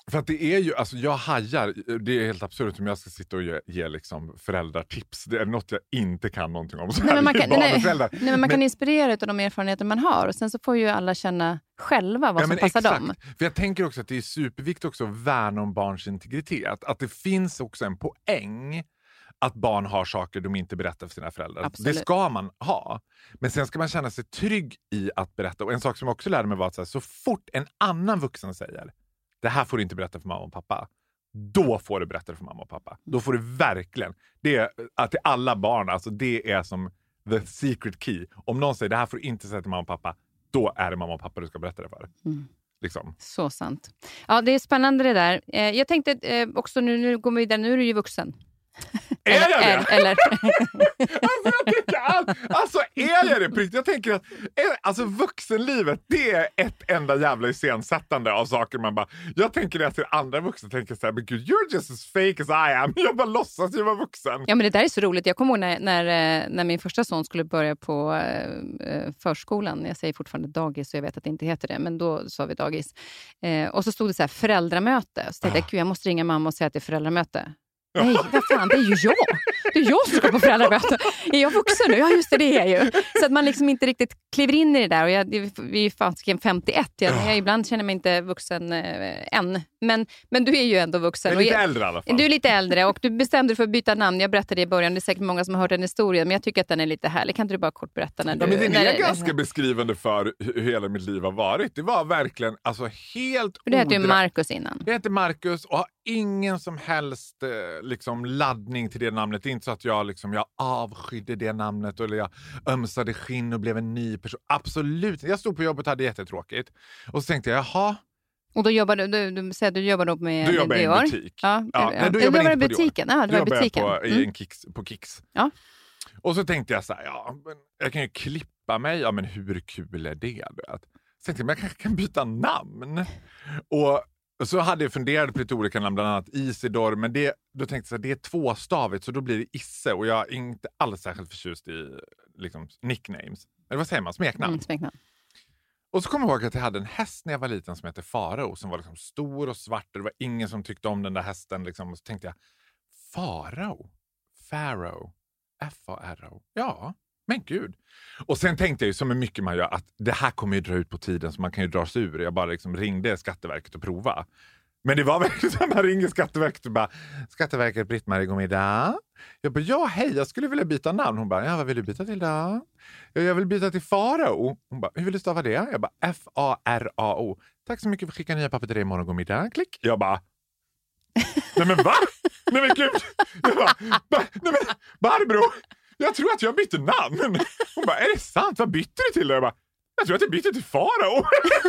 För att det är ju, alltså jag hajar, det är helt absurt om jag ska sitta och ge liksom föräldratips. Det är något jag inte kan någonting om. Nej, men man kan inspirera av de erfarenheter man har. Och sen så får ju alla känna själva vad som passar dem. För jag tänker också att det är superviktigt också att värna om barns integritet. Att det finns också en poäng att barn har saker de inte berättar för sina föräldrar. Absolut. Det ska man ha. Men sen ska man känna sig trygg i att berätta. Och en sak som jag också lärde mig var att så fort en annan vuxen säger det här får du inte berätta för mamma och pappa. Då får du berätta för mamma och pappa. Då får du verkligen. Det är att till alla barn, alltså det är som the secret key. Om någon säger det här får du inte säga till mamma och pappa, då är det mamma och pappa du ska berätta det för. Liksom. Så sant. Ja, det är spännande det där. Jag tänkte också, nu går vi vidare, nu är du ju vuxen. Är jag det? Eller? Alltså är jag det? Jag tänker att alltså vuxenlivet, det är ett enda jävla iscensättande av saker man bara, jag tänker det till andra vuxna, tänker så här, men gud, you're just as fake as I am. Jag bara låtsas jag var vuxen. Ja, men det där är så roligt. Jag kommer ihåg när min första son skulle börja på förskolan. Jag säger fortfarande dagis, så jag vet att det inte heter det, men då sa vi dagis. Och så stod det så här, föräldramöte. Så tänkte jag, gud, jag måste ringa mamma och säga att det är föräldramöte. Nej, vad fan, det är ju jag. Det är jag som ska på föräldramöte. Är jag vuxen nu? Ja, just det, det är jag ju. Så att man liksom inte riktigt kliver in i det där. Och vi är faktiskt 51. Jag ibland känner mig inte vuxen än. Men du är ju ändå vuxen. Du är lite äldre i alla fall. Du är lite äldre och du bestämde dig för att byta namn. Jag berättade det i början. Det är säkert många som har hört den historien. Men jag tycker att den är lite härlig. Kan inte du bara kort berätta när du... Ja, men den är ganska beskrivande för hur hela mitt liv har varit. Det var verkligen alltså helt... Du hette ju Marcus innan. Jag heter Marcus och har ingen som helst liksom laddning till det namnet. Det är inte så att jag avskydde det namnet eller jag ömsade skinn och blev en ny person. Absolut. Jag stod på jobbet och hade jättetråkigt. Och så tänkte jag, jaha. Och då jobbade du säger att du jobbade med du jobbar i en butik. Ja, nej, du jobbar i butiken. Ja, det var i butiken. På Kicks. Ja. Och så tänkte jag så här, men jag kan ju klippa mig. Ja, men hur kul är det? Så tänkte jag, men jag kanske kan byta namn. Och så hade jag funderat på lite olika namn, bland annat Isidor. Men då tänkte jag så här, det är tvåstavigt, så då blir det Isse. Och jag är inte alls särskilt förtjust i liksom, nicknames. Eller vad säger man? Smeknamn. Smeknamn. Och så kommer jag ihåg att jag hade en häst när jag var liten som hette Farao. Som var liksom stor och svart. Och det var ingen som tyckte om den där hästen. Liksom. Och så tänkte jag, Farao? F-A-R-O. Ja, men gud. Och sen tänkte jag ju som med mycket man gör att det här kommer ju dra ut på tiden så man kan ju dra sig ur. Jag bara liksom ringde Skatteverket och prova. Men det var verkligen så att man ringer Skatteverket och bara, Skatteverket, Britt-Marie, god middag. Jag bara, ja hej, jag skulle vilja byta namn. Hon bara, ja vad vill du byta till då? Jag vill byta till Farao. Hon bara, hur vill du stava det? Jag bara, F-A-R-A-O. Tack så mycket för att skicka nya papper till dig imorgon, god middag. Klick. Jag bara, nej men va? Nej men gud. Jag bara, nej men Barbro, jag tror att jag bytte namn. Hon bara, är det sant? Vad bytte du till? Jag bara, jag tror att jag bytte till Farao.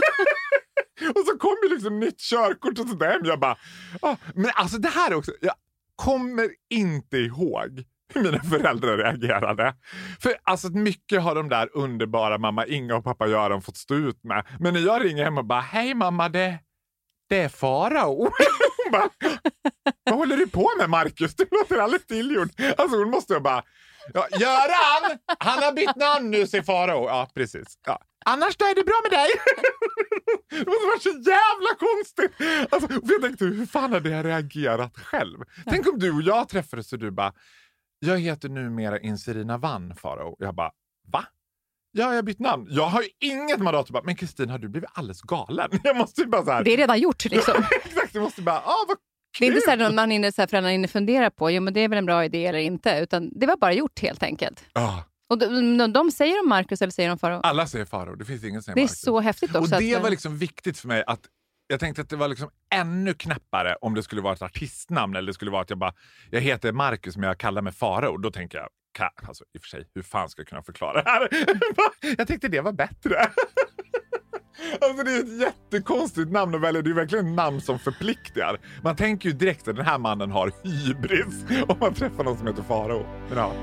Och så kom ju liksom nytt körkort och sådär. Jag bara, men alltså det här också, jag kommer inte ihåg hur mina föräldrar reagerade. För alltså mycket har de där underbara mamma Inga och pappa Göran fått stå ut med. Men när jag ringer hem och bara, hej mamma, det är Farao. Hon bara, vad håller du på med Marcus? Det låter alldeles tillgjord. Alltså hon måste bara, ja, Göran, han har bytt namn nu, säger Farao. Ja, precis. Ja. Annars då är det bra med dig. Det måste vara så jävla konstigt. Alltså, för jag tänkte, hur fan hade jag reagerat själv? Ja. Tänk om du och jag träffades och du bara, jag heter numera Inserina Vann, Farao. Jag bara, va? Ja, jag har bytt namn. Jag har ju inget mandat att bara, men Kristin, har du blivit alldeles galen? Jag måste ju bara så här. Det är redan gjort liksom. Exakt, jag måste bara, vad kul. Det är inte så här att man hinner, så här, föräldrarna hinner fundera på, jo men det är väl en bra idé eller inte. Utan det var bara gjort helt enkelt. Ja. Och de säger om Marcus eller säger om Farao? Alla säger Farao, det finns ingen som säger Marcus. Det är Marcus. så häftigt också. Och det var liksom viktigt för mig att jag tänkte att det var liksom ännu knäppare om det skulle vara ett artistnamn eller det skulle vara att jag heter Marcus men jag kallar mig Farao. Då tänker jag, alltså i och för sig, hur fan ska jag kunna förklara det här? Jag tänkte det var bättre. Alltså det är ett jättekonstigt namn att välja. Det är verkligen ett namn som förpliktar. Man tänker ju direkt att den här mannen har hybris om man träffar någon som heter Farao. Men ja.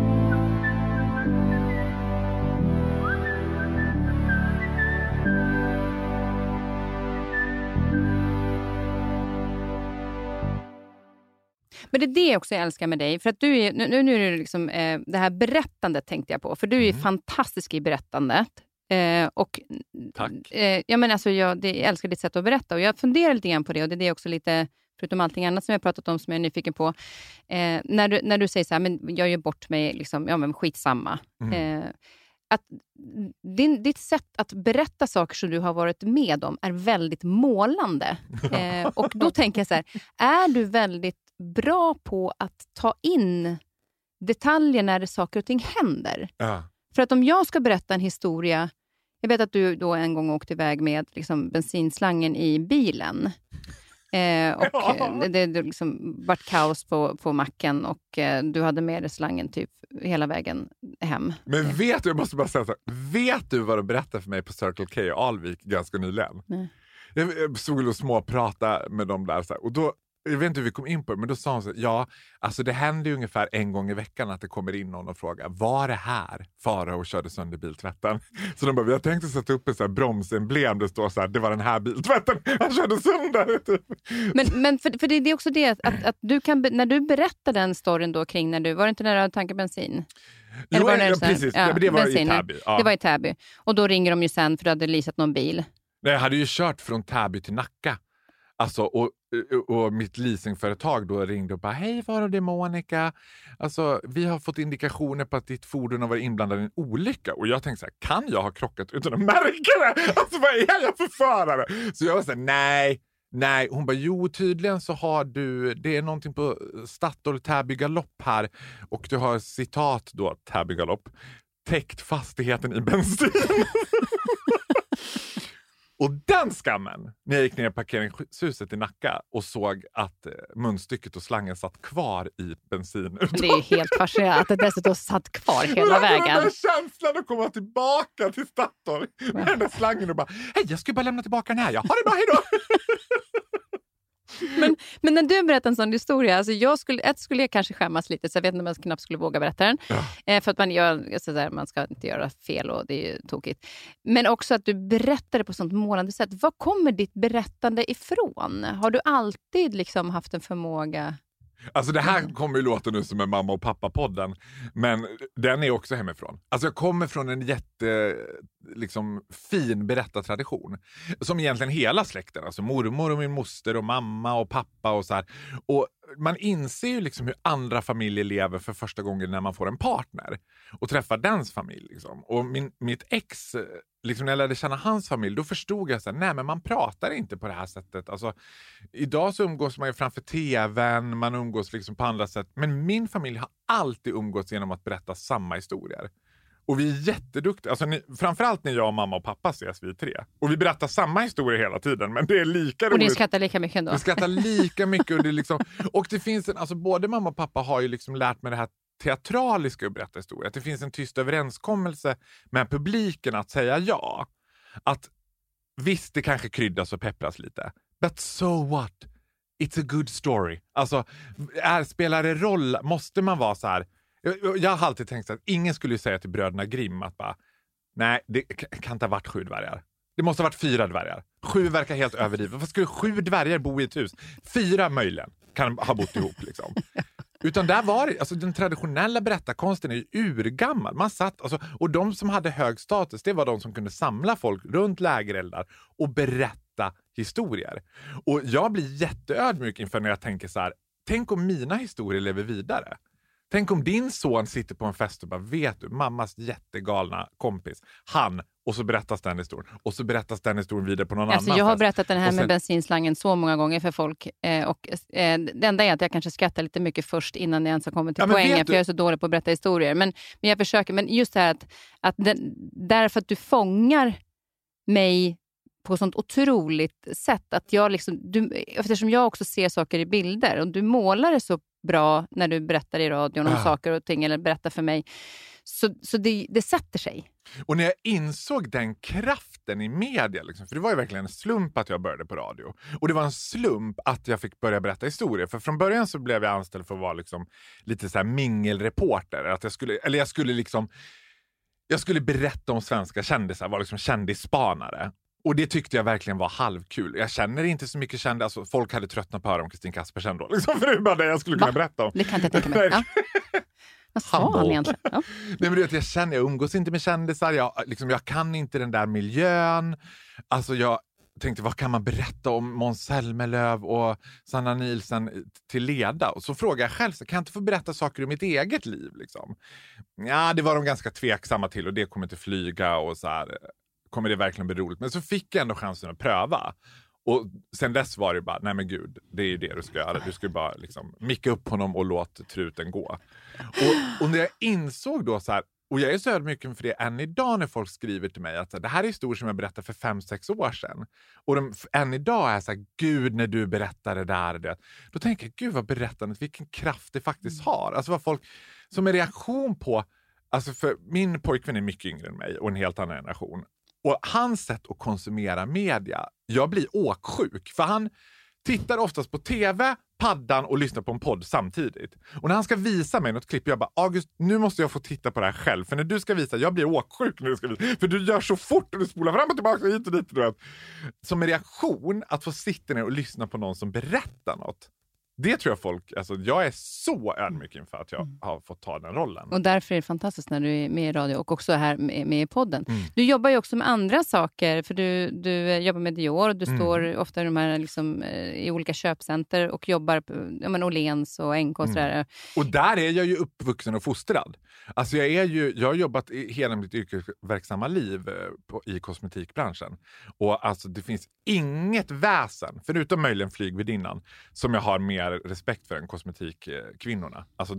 Men det är det också jag älskar med dig. För att du är, nu är det liksom det här berättandet tänkte jag på. För du är fantastisk i berättandet. Och, Tack. Jag älskar ditt sätt att berätta. Och jag funderar lite grann på det. Och det är också lite, förutom allting annat som jag har pratat om som jag är nyfiken på. När du säger så här, men jag gör bort mig, liksom, ja men skitsamma. Att ditt sätt att berätta saker som du har varit med om är väldigt målande. Och då tänker jag så här, är du väldigt bra på att ta in detaljer när saker och ting händer? Ja. För att om jag ska berätta en historia, jag vet att du då en gång åkte iväg med liksom bensinslangen i bilen. Och det liksom vart kaos på macken och du hade med dig slangen typ hela vägen hem. Men vet du, jag måste bara säga så här, vet du vad de berättade för mig på Circle K i Alvik ganska nyligen? Nej. Jag såg och prata med dem där så här, och då, jag vet inte hur vi kom in på det, men då sa hon så här, ja, alltså det händer ju ungefär en gång i veckan att det kommer in någon och frågar, var det här Farao körde sönder biltvätten? Så de bara, vi har tänkt att sätta upp en så här bromsemblem, det står så här, det var den här biltvätten han körde sönder. Typ. Men för det är också det att du kan, när du berättar den storyn då kring när du, var det inte när du hade tankat bensin? Jo, precis, ja, men det var bensin, i Täby. Ja. Det var i Täby. Och då ringer de ju sen för att du hade leasat någon bil. Nej, jag hade ju kört från Täby till Nacka. Alltså, och mitt leasingföretag då ringde och bara, hej, var det Monica? Alltså, vi har fått indikationer på att ditt fordon har varit inblandad i en olycka. Och jag tänkte så här, kan jag ha krockat utan att märka det? Alltså, vad är jag för förare? Så jag var så här, nej. Hon bara, jo, tydligen så har du, det är någonting på Statoil Täby Galopp här. Och du har citat då, Täby Galopp, täckt fastigheten i bensin. Och den skammen, när jag gick ner i parkeringshuset i Nacka och såg att munstycket och slangen satt kvar i bensin. Det är ju helt fascinerande att det dessutom satt kvar hela vägen. Den känslan att komma tillbaka till Statoil med den där slangen och bara, hej, jag ska bara lämna tillbaka den här. Jag har det bara, hej då! Men när du berättar en sån historia, alltså skulle jag kanske skämmas lite, så jag vet inte om jag knappt skulle våga berätta den. Ja. För att man ska inte göra fel och det är ju tokigt. Men också att du berättar det på sånt målande sätt. Var kommer ditt berättande ifrån? Har du alltid liksom haft en förmåga? Alltså det här kommer ju låta nu som en mamma- och pappa-podden, men den är också hemifrån. Alltså jag kommer från en fin berättartradition som egentligen hela släkten, alltså mormor och min moster och mamma och pappa och så här. Och man inser ju liksom hur andra familjer lever för första gången när man får en partner och träffar dens familj liksom. Och mitt ex, liksom när jag lärde känna hans familj, då förstod jag så här, nej men man pratar inte på det här sättet. Alltså idag så umgås man ju framför tvn, man umgås liksom på andra sätt, men min familj har alltid umgås genom att berätta samma historier. Och vi är jätteduktiga. Alltså framförallt när jag, mamma och pappa ses vi tre. Och vi berättar samma historia hela tiden. Men det är lika roligt. Och ni skrattar lika mycket ändå. Vi skrattar lika mycket. Och, det liksom, och det finns alltså både mamma och pappa har ju liksom lärt mig det här teatraliska att berätta historia. Att det finns en tyst överenskommelse med publiken att säga ja. Att visst, det kanske kryddas och peppras lite. But so what? It's a good story. Alltså, spelar det roll? Måste man vara så här... Jag har alltid tänkt att ingen skulle säga till bröderna Grimm att bara, nej, det kan inte ha varit 7 dvärgar. Det måste ha varit 4 dvärgar. 7 verkar helt överdrivet. Varför skulle 7 dvärgar bo i ett hus? 4 möjligen kan ha bott ihop liksom. Utan där var det, alltså den traditionella berättarkonsten är ju urgammal. Man satt, alltså, och de som hade hög status, det var de som kunde samla folk runt lägereldar och berätta historier. Och jag blir jätteödmjuk inför när jag tänker så här, tänk om mina historier lever vidare. Tänk om din son sitter på en fest och bara, vet du, mammas jättegalna kompis, han, och så berättas den historien. Och så berättas den historien vidare på någon annan Jag har fest. berättat den här med bensinslangen så många gånger för folk. Det enda är att jag kanske skrattar lite mycket först innan jag ens har kommit till poängen. För jag är så dålig på att berätta historier. Men jag försöker, men just det här att därför att du fångar mig på sånt otroligt sätt. Att jag liksom, eftersom jag också ser saker i bilder och du målar det så bra när du berättar i radion om saker och ting eller berättar för mig. Så det sätter sig. Och när jag insåg den kraften i media, liksom, för det var ju verkligen en slump att jag började på radio. Och det var en slump att jag fick börja berätta historier. För från början så blev jag anställd för att vara liksom lite så här mingelreporter. Att jag skulle berätta om svenska kändisar, vara liksom kändisspanare. Och det tyckte jag verkligen var halvkul. Jag känner inte så mycket kändis. Alltså, folk hade tröttnat på att höra om Kristin Kaspersen då. Liksom, för det är bara det jag skulle kunna berätta om. Det kan jag tänka mig. Ja. Vad sa han egentligen? Ja. Nej, men jag umgås inte med kändisar. Jag kan inte den där miljön. Alltså jag tänkte, vad kan man berätta om Måns Zelmerlöw och Sanna Nielsen till leda? Och så frågade jag själv, så kan jag inte få berätta saker om mitt eget liv? Liksom? Ja, det var de ganska tveksamma till, och det kommer inte flyga och så här, kommer det verkligen bli roligt? Men så fick jag ändå chansen att pröva. Och sen dess var det bara, nej men gud, det är ju det du ska göra. Du ska bara liksom micka upp honom och låta truten gå. Och när jag insåg då så här, och jag är så ödmjuk för det än idag när folk skriver till mig att det här är historier som jag berättade för 5-6 år sedan. Och än idag är jag så här, gud när du berättar det där. Då tänker jag, gud vad berättandet, vilken kraft det faktiskt har. Alltså vad folk, som en reaktion på, alltså för min pojkvän är mycket yngre än mig och en helt annan generation. Och hans sätt att konsumera media, jag blir åksjuk. För han tittar oftast på tv, paddan och lyssnar på en podd samtidigt. Och när han ska visa mig något klipp, jag bara, August, nu måste jag få titta på det här själv. För när du ska visa, jag blir åksjuk när du ska visa. För du gör så fort och du spolar fram och tillbaka och hit och dit. Som en reaktion att få sitta ner och lyssna på någon som berättar något. Det tror jag folk, alltså jag är så ödmjuk inför att jag har fått ta den rollen. Och därför är det fantastiskt när du är med i radio och också här med i podden. Du jobbar ju också med andra saker, för du jobbar med Dior och du står ofta i de här liksom, i olika köpcenter och jobbar på Åhléns och NK och sådär. Och där är jag ju uppvuxen och fostrad. Alltså jag har jobbat hela mitt yrkesverksamma liv i kosmetikbranschen. Och alltså det finns inget väsen, förutom möjligen flygvärdinnan, som jag har mer respekt för än kosmetikkvinnorna. Alltså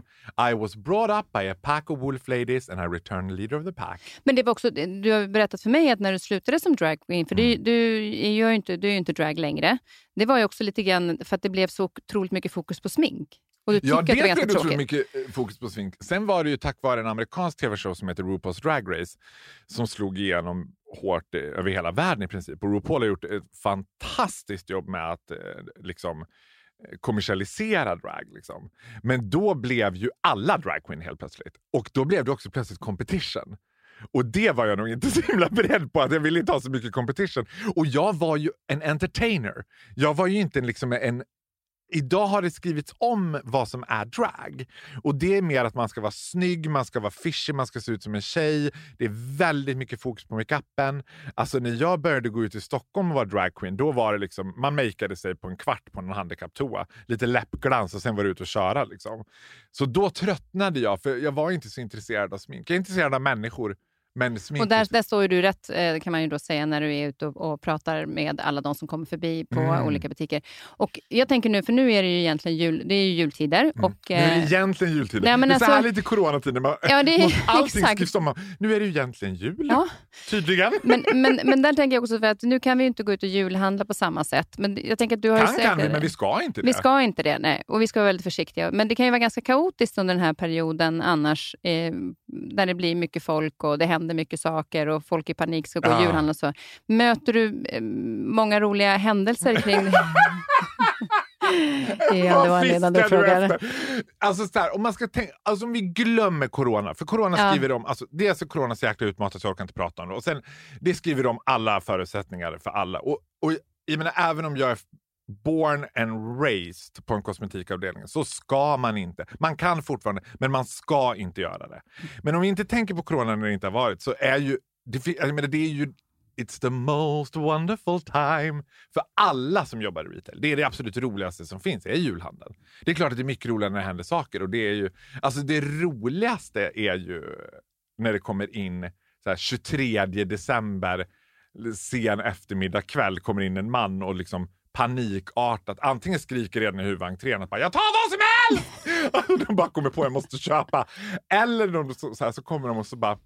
I was brought up by a pack of wolf ladies and I returned leader of the pack. Men det var också, du har berättat för mig att när du slutade som drag queen, för du är ju inte drag längre. Det var ju också lite grann för att det blev så otroligt mycket fokus på smink. Och du tycker att det var ganska tråkigt. Mycket fokus på smink. Sen var det ju tack vare en amerikansk tv-show som heter RuPaul's Drag Race som slog igenom hårt över hela världen i princip. Och RuPaul har gjort ett fantastiskt jobb med att liksom kommersialisera drag liksom. Men då blev ju alla drag queen helt plötsligt. Och då blev det också plötsligt competition. Och det var jag nog inte så himla beredd på, att jag ville inte ha så mycket competition. Och jag var ju en entertainer. Jag var ju inte en idag har det skrivits om vad som är drag. Och det är mer att man ska vara snygg, man ska vara fishy, man ska se ut som en tjej. Det är väldigt mycket fokus på make-upen. Alltså när jag började gå ut i Stockholm och vara drag queen, då var det liksom, man makeade sig på en kvart på en handikapptoa. Lite läppglans och sen var det ut och köra liksom. Så då tröttnade jag, för jag var inte så intresserad av smink. Jag är intresserad av människor. Men och där står ju du rätt, kan man ju då säga, när du är ute och pratar med alla de som kommer förbi på olika butiker. Och jag tänker nu, för nu är det ju egentligen det är ju jultider. Och, nu är det egentligen jultider. Nej, men det är alltså, så här lite coronatider. Ja, det är allting skrivs om. Nu är det ju egentligen jul. Ja. Tydligen. Men där tänker jag också, för att nu kan vi ju inte gå ut och julhandla på samma sätt. Men jag tänker att du har ju kan vi, men vi ska inte det. Vi ska inte det, nej. Och vi ska vara väldigt försiktiga. Men det kan ju vara ganska kaotiskt under den här perioden annars. Där det blir mycket folk och det händer mycket saker och folk i panik ska gå och julhandla och så. Möter du många roliga händelser kring det? Ja, det var en ledande fråga. Alltså så här, om man ska tänka, alltså om vi glömmer corona, för corona skriver de, alltså dels är corona så jäkla utmatat så jag kan inte prata om det, och sen det skriver de alla förutsättningar för alla, och jag menar, även om jag är born and raised på en kosmetikavdelning, så ska man inte. Man kan fortfarande, men man ska inte göra det. Men om vi inte tänker på corona när det inte har varit, så är ju jag menar, det är ju it's the most wonderful time för alla som jobbar i retail. Det är det absolut roligaste som finns, är julhandeln. Det är klart att det är mycket roligare när det händer saker, och det är ju, alltså det roligaste är ju när det kommer in så här 23 december sen eftermiddag kväll, kommer in en man och liksom panikartat, antingen skriker redan i huvudentrén att bara, jag tar vad som helst! Och de bara kommer på, jag måste köpa. Eller de, så kommer de och så bara,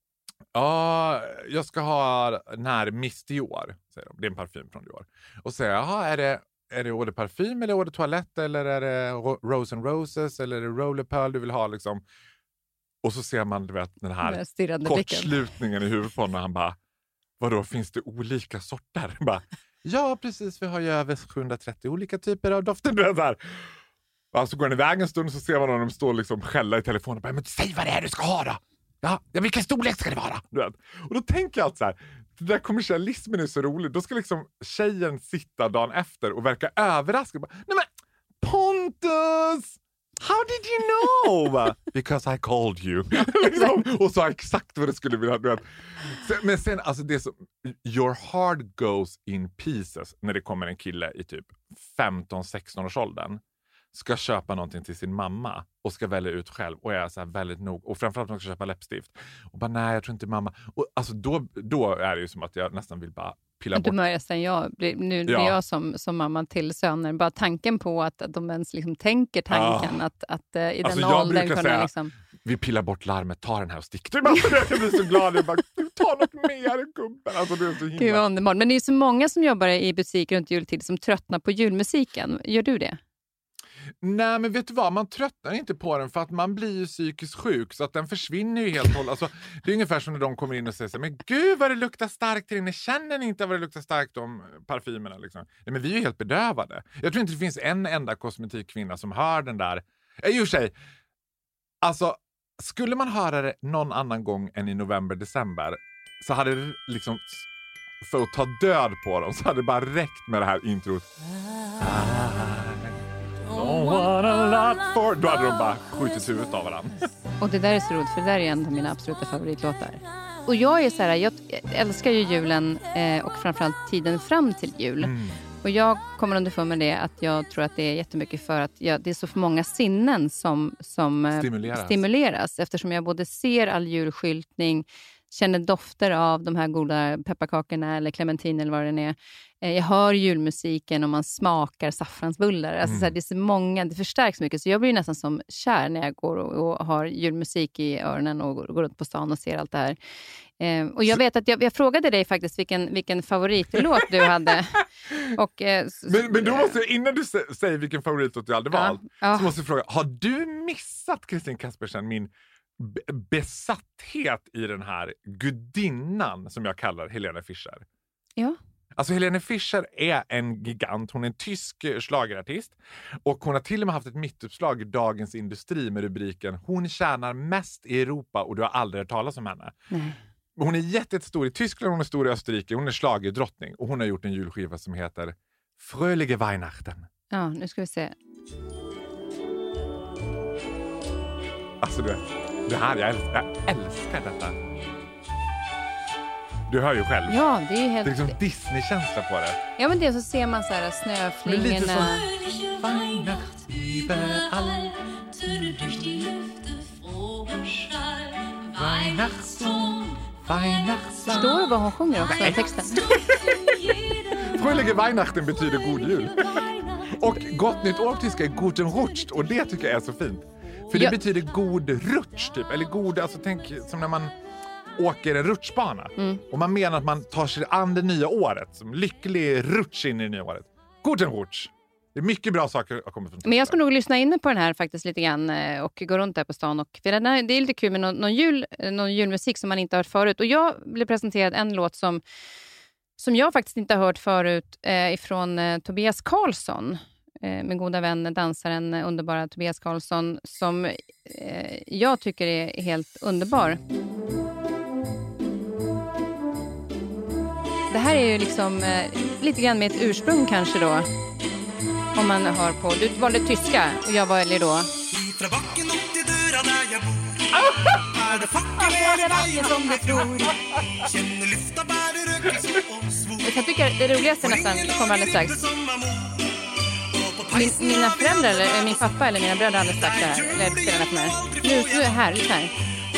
ja, jag ska ha den här Miss Dior, säger de. Det är en parfym från Dior. Och säger, jaha, är det eau de parfym eller eau de toilette eller är det Rose and Roses eller är det Roller Pearl du vill ha liksom? Och så ser man, du vet, den här kortslutningen i huvudet på honom, när han bara, vadå, finns det olika sorter? Bara, ja, precis, vi har ju över 730 olika typer av dofter, du vet där. Och så går han iväg en stund och så ser man honom stå liksom skälla i telefonen och bara, men säg vad det är du ska ha då! Ja, vilken storlek ska det vara? Du vet. Och då tänker jag att så här, den där kommersialismen är så rolig. Då ska liksom tjejen sitta dagen efter och verka överraskad. Nej men, Pontus! How did you know? Because I called you. Liksom. Och sa exakt vad det skulle vilja. Men sen, alltså det är så, your heart goes in pieces när det kommer en kille i typ 15-16 års åldern. Ska köpa någonting till sin mamma och ska välja ut själv och är så här väldigt nog, och framförallt man ska köpa läppstift och bara nej, jag tror inte mamma, och alltså då är det ju som att jag nästan vill bara pilla bort. Du märker jag blir jag som mamma till söner, bara tanken på att de ens liksom tänker tanken att i alltså den åldern kunna säga, liksom... vi pillar bort larmet, ta den här och stick. Jag blir så glad, jag bara, ta något mer gubben. Alltså det är så himla. Gud vad underbart. Men det är så många som jobbar i butiker runt jultid som tröttnar på julmusiken. Gör du det? Nej, men vet du vad? Man tröttnar inte på den för att man blir ju psykiskt sjuk, så att den försvinner ju helt. Alltså, det är ungefär som när de kommer in och säger så här, men gud vad det luktar starkt inne. Känner ni inte vad det luktar starkt om parfymerna? Liksom? Nej, men vi är ju helt bedövade. Jag tror inte det finns en enda kosmetikkvinna som hör den där. I och för sig, alltså, skulle man höra det någon annan gång än i november-december så hade det liksom, för att ta död på dem, så hade det bara räckt med det här introt. Då hade de bara skjutit huvudet av varandra. Och det där är så roligt, för det där är en av mina absoluta favoritlåtar. Och jag är så här, jag älskar ju julen och framförallt tiden fram till jul. Och jag kommer underför med det att jag tror att det är jättemycket för att det är så för många sinnen som stimuleras. Eftersom jag både ser all julskyltning, känner dofter av de här goda pepparkakorna eller clementin eller vad det är. Jag hör julmusiken och man smakar saffransbullar. Alltså så här, det är så många, det förstärks mycket. Så jag blir nästan som kär när jag går och har julmusik i öronen och går runt på stan och ser allt det här. Och jag vet att jag frågade dig faktiskt vilken favoritlåt du hade. Och, men då måste jag, innan du säger vilken favoritlåt du hade valt, så måste jag fråga, har du missat Kristin Kaspersen, min besatthet i den här gudinnan som jag kallar Helene Fischer? Ja. Alltså Helene Fischer är en gigant. Hon är en tysk schlagerartist. Och hon har till och med haft ett mittuppslag i Dagens Industri med rubriken "Hon tjänar mest i Europa och du har aldrig hört talas om henne". Nej. Hon är jättestor i Tyskland, hon är stor i Österrike. Hon är schlagerdrottning. Och hon har gjort en julskiva som heter Fröhliche Weihnachten. Ja, nu ska vi se. Alltså det här, jag älskar detta. Du hör ju själv. Ja, det är ju helt... Det är liksom Disney-känsla på det. Ja, men det så ser man så här snöflingorna. Lite som Weihnacht überall. Weihnachtssång. Förstår du vad hon sjunger också i texten? Fröhliche Weihnachten betyder god jul. Och gott nytt år på tyska är Guten Rutsch. Och det tycker jag är så fint. För det betyder god rutsch typ. Eller god, alltså tänk som när man åker en rutschbana. Och man menar att man tar sig an det nya året. Som lycklig rutsch in i det nya året. Guten Rutsch. Det är mycket bra saker att komma från. Men jag ska nog lyssna in på den här faktiskt lite grann och gå runt där på stan. Och för det är lite kul med någon julmusik som man inte har hört förut. Och jag blev presenterad en låt som jag faktiskt inte har hört förut ifrån Tobias Karlsson. Min goda vän, dansaren, underbara Tobias Karlsson, som jag tycker är helt underbar. Det här är ju liksom lite grann med ett ursprung kanske då. Om man hör på, du valde tyska och jag väljer då. Jag tycker det roligaste nästan kommer alldeles strax. Mina föräldrar, eller min pappa eller mina bröder har aldrig sagt det här. Eller spelat för mig. Nu är det här, lite här.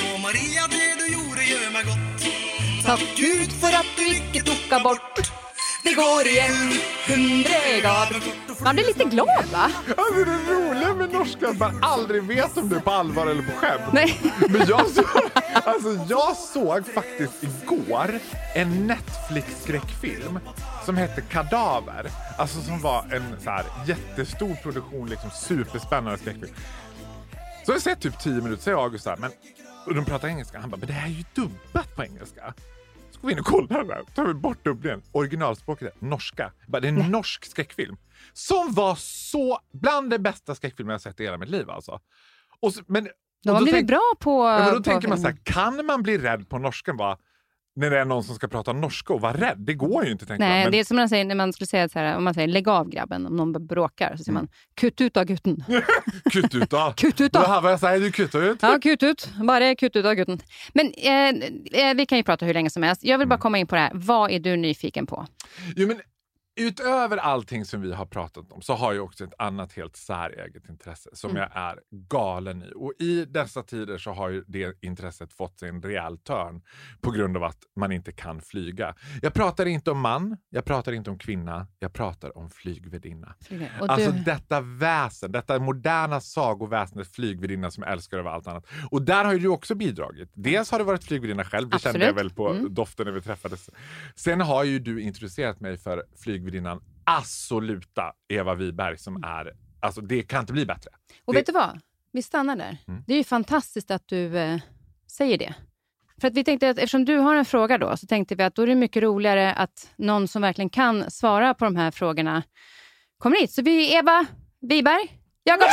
Tack Gud för att du icke tog bort. Det går igen 100 grader. Man blir lite glad, va? Alltså det roliga med norska att man aldrig vet om det är på allvar eller på skämt. Nej. Men jag såg faktiskt igår en Netflix-skräckfilm som hette Kadaver. Alltså som var en så här jättestor produktion, liksom superspännande skräckfilm. Så jag sett typ 10 minuter, säger August här, men och de pratar engelska. Han bara, men det här är ju dubbat på engelska. Så går vi in och kollar där. Tar vi bort dubblingen. Originalspråket är norska. Det är en norsk skräckfilm. Som var så bland det bästa skräckfilmer jag sett i hela mitt liv alltså. De har blivit bra på... Ja, men då tänker man så här, kan man bli rädd på norskan? när det är någon som ska prata norska och vara rädd. Det går ju inte, tänker Nej, jag. Men... det är som man säger när man skulle säga så här, om man säger lägg av grabben, om någon bråkar så säger man kutt ut av gutten. Kutt ut av. Kutt ut av. Det här vad jag säger, du kutt ut. Ja, kutt ut. Bara kutt ut av gutten. Men vi kan ju prata hur länge som helst. Jag vill bara komma in på det här. Vad är du nyfiken på? Jo, men utöver allting som vi har pratat om så har jag också ett annat helt säreget intresse som jag är galen i. Och i dessa tider så har ju det intresset fått sig en rejäl törn på grund av att man inte kan flyga. Jag pratar inte om man, jag pratar inte om kvinna, jag pratar om flygvärdinna. Alltså detta väsen, detta moderna sagoväsendet flygvärdinna som jag älskar över allt annat. Och där har ju du också bidragit. Dels har du varit flygvärdinna själv, det kände jag väl på doften när vi träffades. Sen har ju du introducerat mig för flygvärdinnan absoluta Eva Wiberg som är, alltså det kan inte bli bättre. Och vet du vad? Vi stannar där. Det är ju fantastiskt att du säger det. För att vi tänkte att eftersom du har en fråga då så tänkte vi att då är det mycket roligare att någon som verkligen kan svara på de här frågorna kommer hit. Så vi är Eva Wiberg. Jakobsen!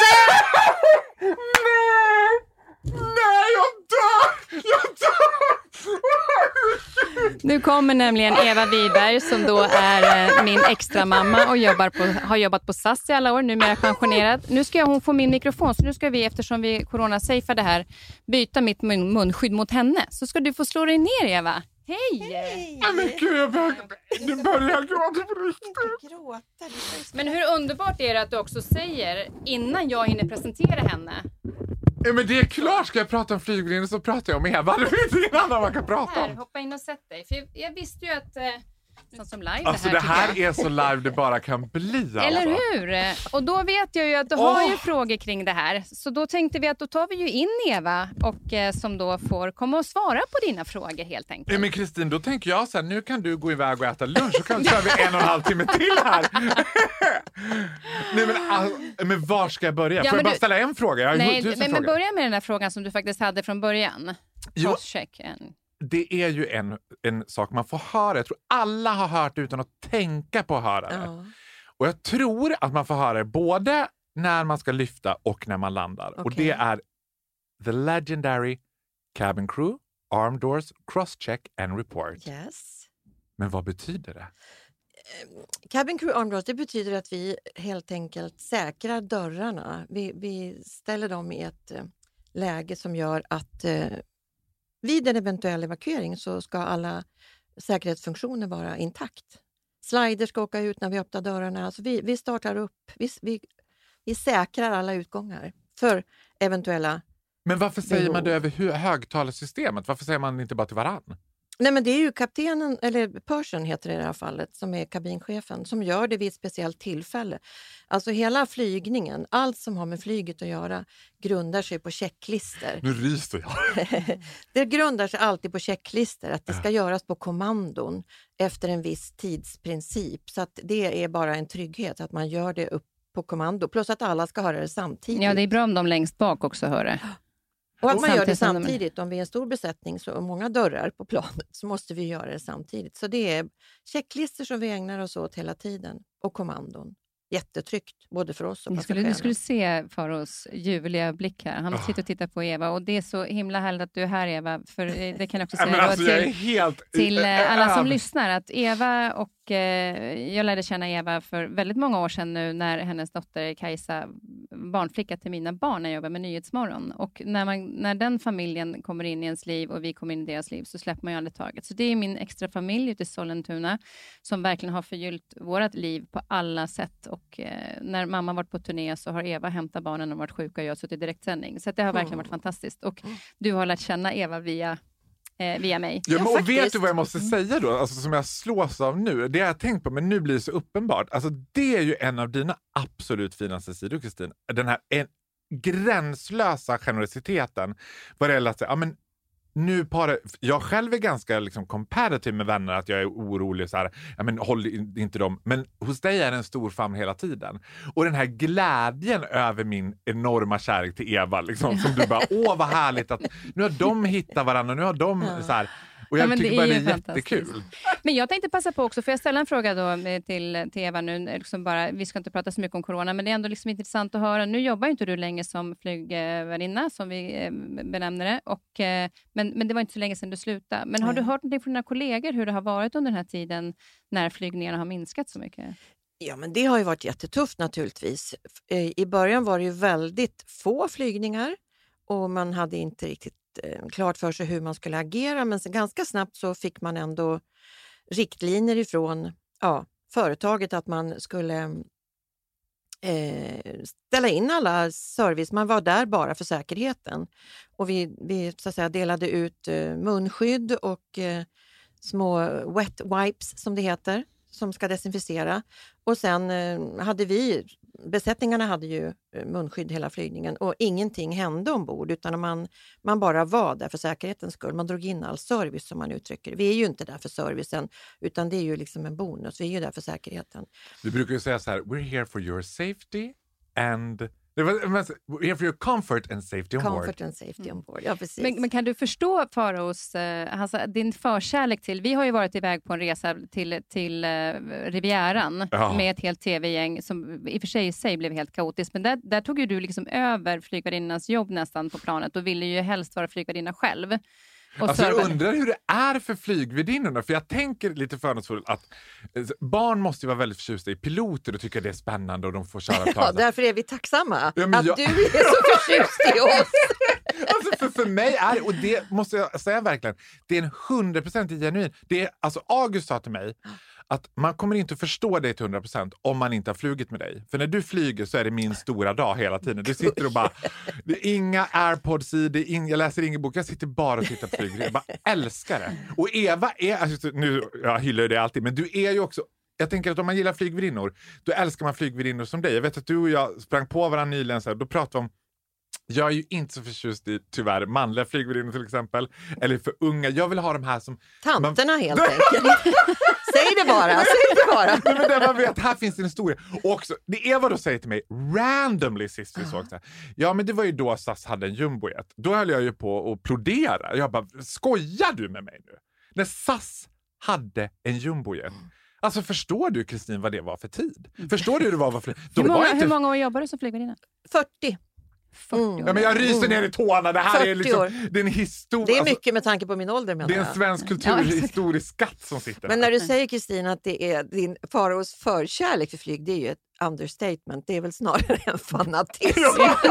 Nej, jag dör! Nu kommer nämligen Eva Wiberg som då är min extra mamma och har jobbat på SAS i alla år, numera pensionerad. Nu ska hon få min mikrofon, så nu ska vi, eftersom vi coronasafear det här, byta mitt munskydd mot henne. Så ska du få slå dig ner, Eva. Hej! Nej, men gud, nu börjar jag gråta på riktigt. Men hur underbart är det att du också säger, innan jag hinner presentera henne... Ja, men det är klart, ska jag prata om flygvärdinnan så pratar jag om Eva. Det finns ingen annan man kan prata om. Här, hoppa in och sätt dig. För jag visste ju att... sånt som live alltså det här är så live det bara kan bli. Alltså. Eller hur? Och då vet jag ju att du har ju frågor kring det här. Så då tänkte vi att då tar vi ju in Eva och som då får komma och svara på dina frågor helt enkelt. Ja, men Kristin, då tänker jag så här, nu kan du gå iväg och äta lunch så kan vi köra 1,5 timme till här. Nej, men var ska jag börja? Får jag bara ställa en fråga? Men börja med den där frågan som du faktiskt hade från början. Crosscheck. Det är ju en sak man får höra. Jag tror alla har hört utan att tänka på att höra det. Och jag tror att man får höra det både när man ska lyfta och när man landar. Okay. Och det är the legendary cabin crew, arm doors, crosscheck and report. Yes. Men vad betyder det? Cabin crew arm doors, det betyder att vi helt enkelt säkrar dörrarna. Vi ställer dem i ett läge som gör att vid en eventuell evakuering så ska alla säkerhetsfunktioner vara intakt. Slider ska åka ut när vi öppnar dörrarna. Alltså vi startar upp, vi säkrar alla utgångar för eventuella... Men varför säger man det över högtalarsystemet? Varför säger man inte bara till varann? Nej, men det är ju kaptenen, eller Persian heter det i det här fallet, som är kabinchefen, som gör det vid ett speciellt tillfälle. Alltså hela flygningen, allt som har med flyget att göra, grundar sig på checklister. Nu ryser jag. Det grundar sig alltid på checklister, att det ska göras på kommandon efter en viss tidsprincip. Så att det är bara en trygghet att man gör det upp på kommando, plus att alla ska höra det samtidigt. Ja, det är bra om de längst bak också hör det. Och att man gör det samtidigt. Om vi är en stor besättning och många dörrar på planet så måste vi göra det samtidigt. Så det är checklister som vi ägnar oss åt hela tiden. Och kommandon. Jättetryggt, både för oss och passagerarna. Du skulle se för oss ljuvliga blick här. Han sitter och tittar på Eva. Och det är så himla härligt att du är här, Eva. För det kan jag också säga till alla som lyssnar. Att Eva och jag lärde känna Eva för väldigt många år sedan nu. När hennes dotter Kajsa barnflicka till mina barn när jag jobbade med Nyhetsmorgon. Och när den familjen kommer in i ens liv och vi kommer in i deras liv så släpper man ju aldrig taget. Så det är min extra familj ute i Sollentuna som verkligen har förgyllt vårt liv på alla sätt. Och när mamma varit på turné så har Eva hämtat barnen och varit sjuka och jag har suttit i direktsändning. Så det har verkligen varit fantastiskt. Och du har lärt känna Eva via mig. Ja, men och vet du vad jag måste säga då? Alltså, som jag slås av nu. Det har jag tänkt på, men nu blir det så uppenbart. Alltså, det är ju en av dina absolut finaste sidor, Kristin. Den här gränslösa generositeten. Vad det gäller att säga, ja men nu jag själv är ganska liksom competitive med vänner, att jag är orolig så här, ja men håll inte dem, men hos dig är det en stor famn hela tiden. Och den här glädjen över min enorma kärlek till Eva liksom, som du bara, vad härligt att nu har de hittat varandra, nu har de så här, Och jag men tycker det bara är det är ju fantastiskt. jättekul. Men jag tänkte passa på också, för jag ställa en fråga då till Eva nu. Liksom bara, vi ska inte prata så mycket om corona, men det är ändå liksom intressant att höra. Nu jobbar ju inte du längre som flygvärdinna, som vi benämner det. Men det var inte så länge sedan du slutade. Men har du hört någonting från dina kollegor hur det har varit under den här tiden när flygningarna har minskat så mycket? Ja, men det har ju varit jättetufft naturligtvis. I början var det ju väldigt få flygningar och man hade inte riktigt klart för sig hur man skulle agera. Men ganska snabbt så fick man ändå riktlinjer ifrån företaget att man skulle ställa in alla service. Man var där bara för säkerheten. Och vi så att säga delade ut munskydd och små wet wipes som det heter, som ska desinficera. Och sen besättningarna hade ju munskydd hela flygningen och ingenting hände ombord, utan man bara var där för säkerhetens skull. Man drog in all service, som man uttrycker. Vi är ju inte där för servicen, utan det är ju liksom en bonus. Vi är ju där för säkerheten. Vi brukar ju säga så här: we're here for your safety and... We're here for your comfort and safety on board. Comfort and safety on board, ja precis. Men kan du förstå Faraos, din förkärlek till... Vi har ju varit iväg på en resa till Rivieran med ett helt tv-gäng som i och för sig blev helt kaotiskt. Men där tog ju du liksom över flygvärdinnas jobb nästan på planet och ville ju helst vara flygvärdinna själv. Alltså jag undrar hur det är för flygvärdinnorna, för jag tänker lite fördomsfullt att barn måste ju vara väldigt förtjusta i piloter och tycka det är spännande och de får köra plan. Ja, därför är vi tacksamma att du är så förtjust i oss. Alltså för mig är det, och det måste jag säga verkligen, det är en 100% genuin. Det är, alltså August sa till mig att man kommer inte att förstå dig till 100% om man inte har flugit med dig. För när du flyger så är det min stora dag hela tiden. Du sitter och bara, det är inga AirPods i, jag läser ingen bok, jag sitter bara och tittar på flyg. Jag bara älskar det. Och Eva är, alltså, nu, jag hyllar det alltid, men du är ju också, jag tänker att om man gillar flygvärdinnor, då älskar man flygvärdinnor som dig. Jag vet att du och jag sprang på varandra nyligen, så här, då pratade vi om, jag är ju inte så förtjust i, tyvärr, manliga flygvärdinnor till exempel. Eller för unga. Jag vill ha de här som... Tanterna helt enkelt. Säg det bara. Nej, men där man vet, här finns det en historia. Och också, det Eva då säger till mig, randomly sist vi såg så här. Ja, men det var ju då SAS hade en jumbojet. Då höll jag ju på att plodera. Jag bara, skojar du med mig nu? När SAS hade en jumbojet. Alltså förstår du, Kristin, vad det var för tid? Förstår du hur det var för hur många år jobbar du som flygvärdinna? 40. 40 år. Ja, men jag ryser ner i tårna. Det här är liksom, det är en historia. Det är mycket med tanke på min ålder. Det är en svensk kulturhistorisk skatt som sitter Men där. när du säger, Kristin, att det är din Faraos förkärlek för flyg, det är ju ett understatement. Det är väl snarare en fanatism.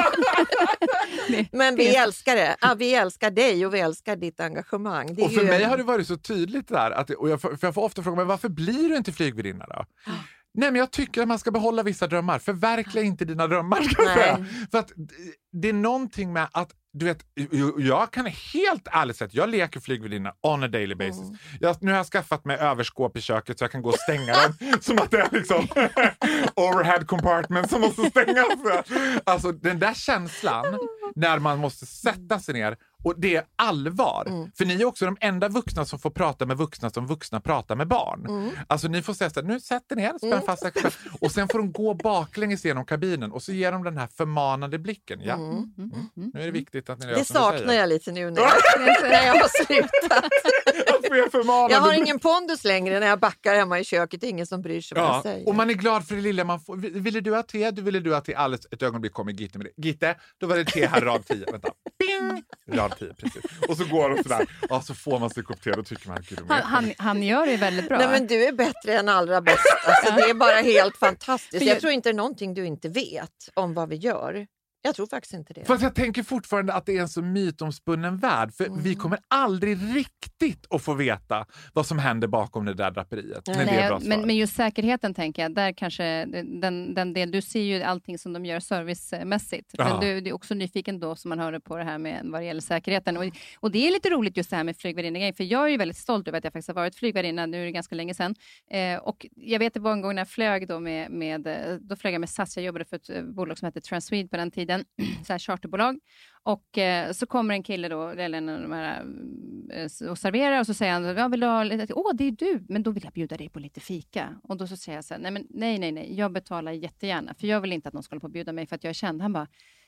Men vi älskar det. Ja, vi älskar dig och vi älskar ditt engagemang. Det är och för mig har det varit så tydligt där. Att, och jag får ofta fråga mig, varför blir du inte flygvärdinna då? Nej, men jag tycker att man ska behålla vissa drömmar. Förverkliga inte dina drömmar, ska jag säga. För att det är någonting med att, du vet, jag kan helt ärligt säga att jag leker flygvärdinna on a daily basis. Nu har jag skaffat mig överskåp i köket så jag kan gå och stänga dem som att det är liksom overhead compartment som måste stängas. Alltså den där känslan när man måste sätta sig ner och det är allvar. För ni är också de enda vuxna som får prata med vuxna som vuxna pratar med barn. Alltså ni får säga så här, nu sätter ner, spänn fast och sen får de gå baklänges genom kabinen och så ger de den här förmanande blicken. Ja. Nu är det viktigt att ni gör det som vi saknar säger. jag lite nu när jag har slutat. Jag har ingen pondus längre när jag backar hemma i köket. Det är ingen som bryr sig vad jag säger. Och man är glad för det lilla man får. Ville du ha te? Ville du ha te? Alldeles ett ögonblick kommer Gitte med det. Gitte, då var det te här rad 10. Vänta. Bing! Rad 10, precis. Och så går de sådär. Och så får man sig kopp te och tycker man gud, han gör det väldigt bra. Nej, men du är bättre än allra bäst. Alltså, det är bara helt fantastiskt. Jag tror inte det är någonting du inte vet om vad vi gör. Jag tror faktiskt inte det. För jag tänker fortfarande att det är en så mytomspunnen värld. För vi kommer aldrig riktigt att få veta vad som händer bakom det där draperiet. Nej, men just säkerheten tänker jag. Där kanske den del, du ser ju allting som de gör servicemässigt. Men du är också nyfiken då som man hörde på det här med vad det gäller säkerheten. Och det är lite roligt just det här med flygvärdinna. För jag är ju väldigt stolt över att jag faktiskt har varit flygvärdinna. Nu är det ganska länge sedan. Och jag vet det var en gång när jag flög då då flög jag med SAS. Jag jobbade för ett bolag som hette Transwede på den tiden. Så här charterbolag. Och så kommer en kille då, eller en av de här, och serverar och så säger han, jag vill ha lite, det är du, men då vill jag bjuda dig på lite fika. Och då så säger jag så här, nej, jag betalar jättegärna, för jag vill inte att någon ska på bjuda mig för att jag är känd. Han bara,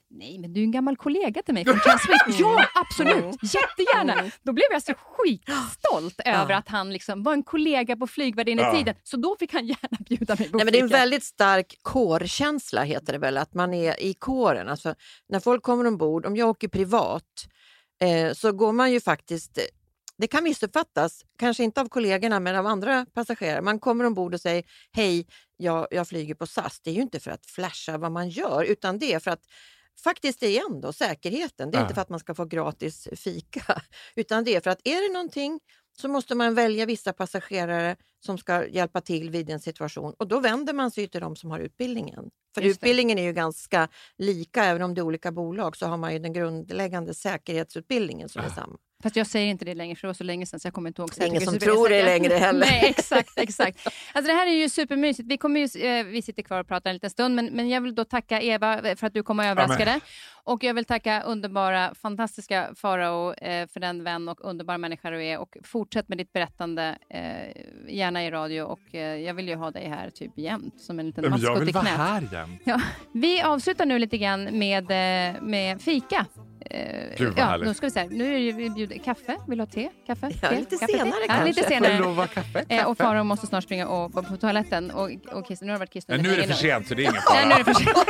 nej men du är en gammal kollega till mig från Transwit. Ja, absolut, jättegärna. Då blev jag så skitstolt över att han liksom var en kollega på flygvärdinne-tiden. Så då fick han gärna bjuda mig på Nej, men det är en väldigt stark kårkänsla heter det väl, att man är i kåren. Alltså, när folk kommer ombord, om jag åker privat så går man ju faktiskt, det kan missuppfattas, kanske inte av kollegorna men av andra passagerare. Man kommer ombord och säger hej, jag flyger på SAS. Det är ju inte för att flasha vad man gör, utan det är för att faktiskt det är ändå säkerheten. Det är inte för att man ska få gratis fika, utan det är för att är det någonting så måste man välja vissa passagerare som ska hjälpa till vid en situation. Och då vänder man sig till de som har utbildningen. För utbildningen är ju ganska lika, även om det är olika bolag så har man ju den grundläggande säkerhetsutbildningen som är samma. Fast jag säger inte det längre för det var så länge sedan så jag kommer inte ihåg. Ingen som tror det längre heller. Nej, exakt. Alltså det här är ju supermysigt. Vi sitter kvar och pratar en liten stund men jag vill då tacka Eva för att du kom och överraskade. Och jag vill tacka underbara, fantastiska Farao för den vän och underbara människa du är. Och fortsätt med ditt berättande, gärna i radio. Och jag vill ju ha dig här typ jämt som en liten maskot i knät. Jag vill vara här jämt. Ja, vi avslutar nu lite grann med fika. Gud vad härligt. Nu ska vi se. Nu är vi bjuder kaffe. Vill du ha te? Kaffe? Ja, te? lite kaffe, senare te? kanske. Lite senare. Får du lova kaffe? Och Farao måste snart springa på toaletten. Och Kirsten, nu har det varit Kirsten. Nu är det för sent så det är ingen fara. Nej, nu är det för sent.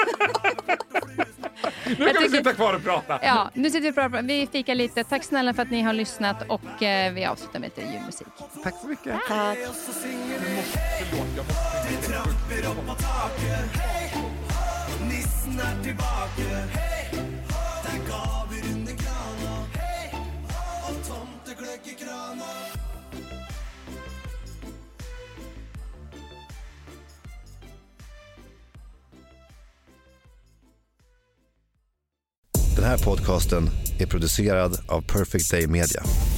Nu kan vi sitta kvar och prata. Ja, nu sitter vi och pratar. Vi fikar lite. Tack snälla för att ni har lyssnat och vi avslutar med lite julmusik. Tack så mycket. Tack. Nissen er tilbake. Der ga vi runde krana. Og tomtegløgg i krana. Den här podcasten är producerad av Perfect Day Media.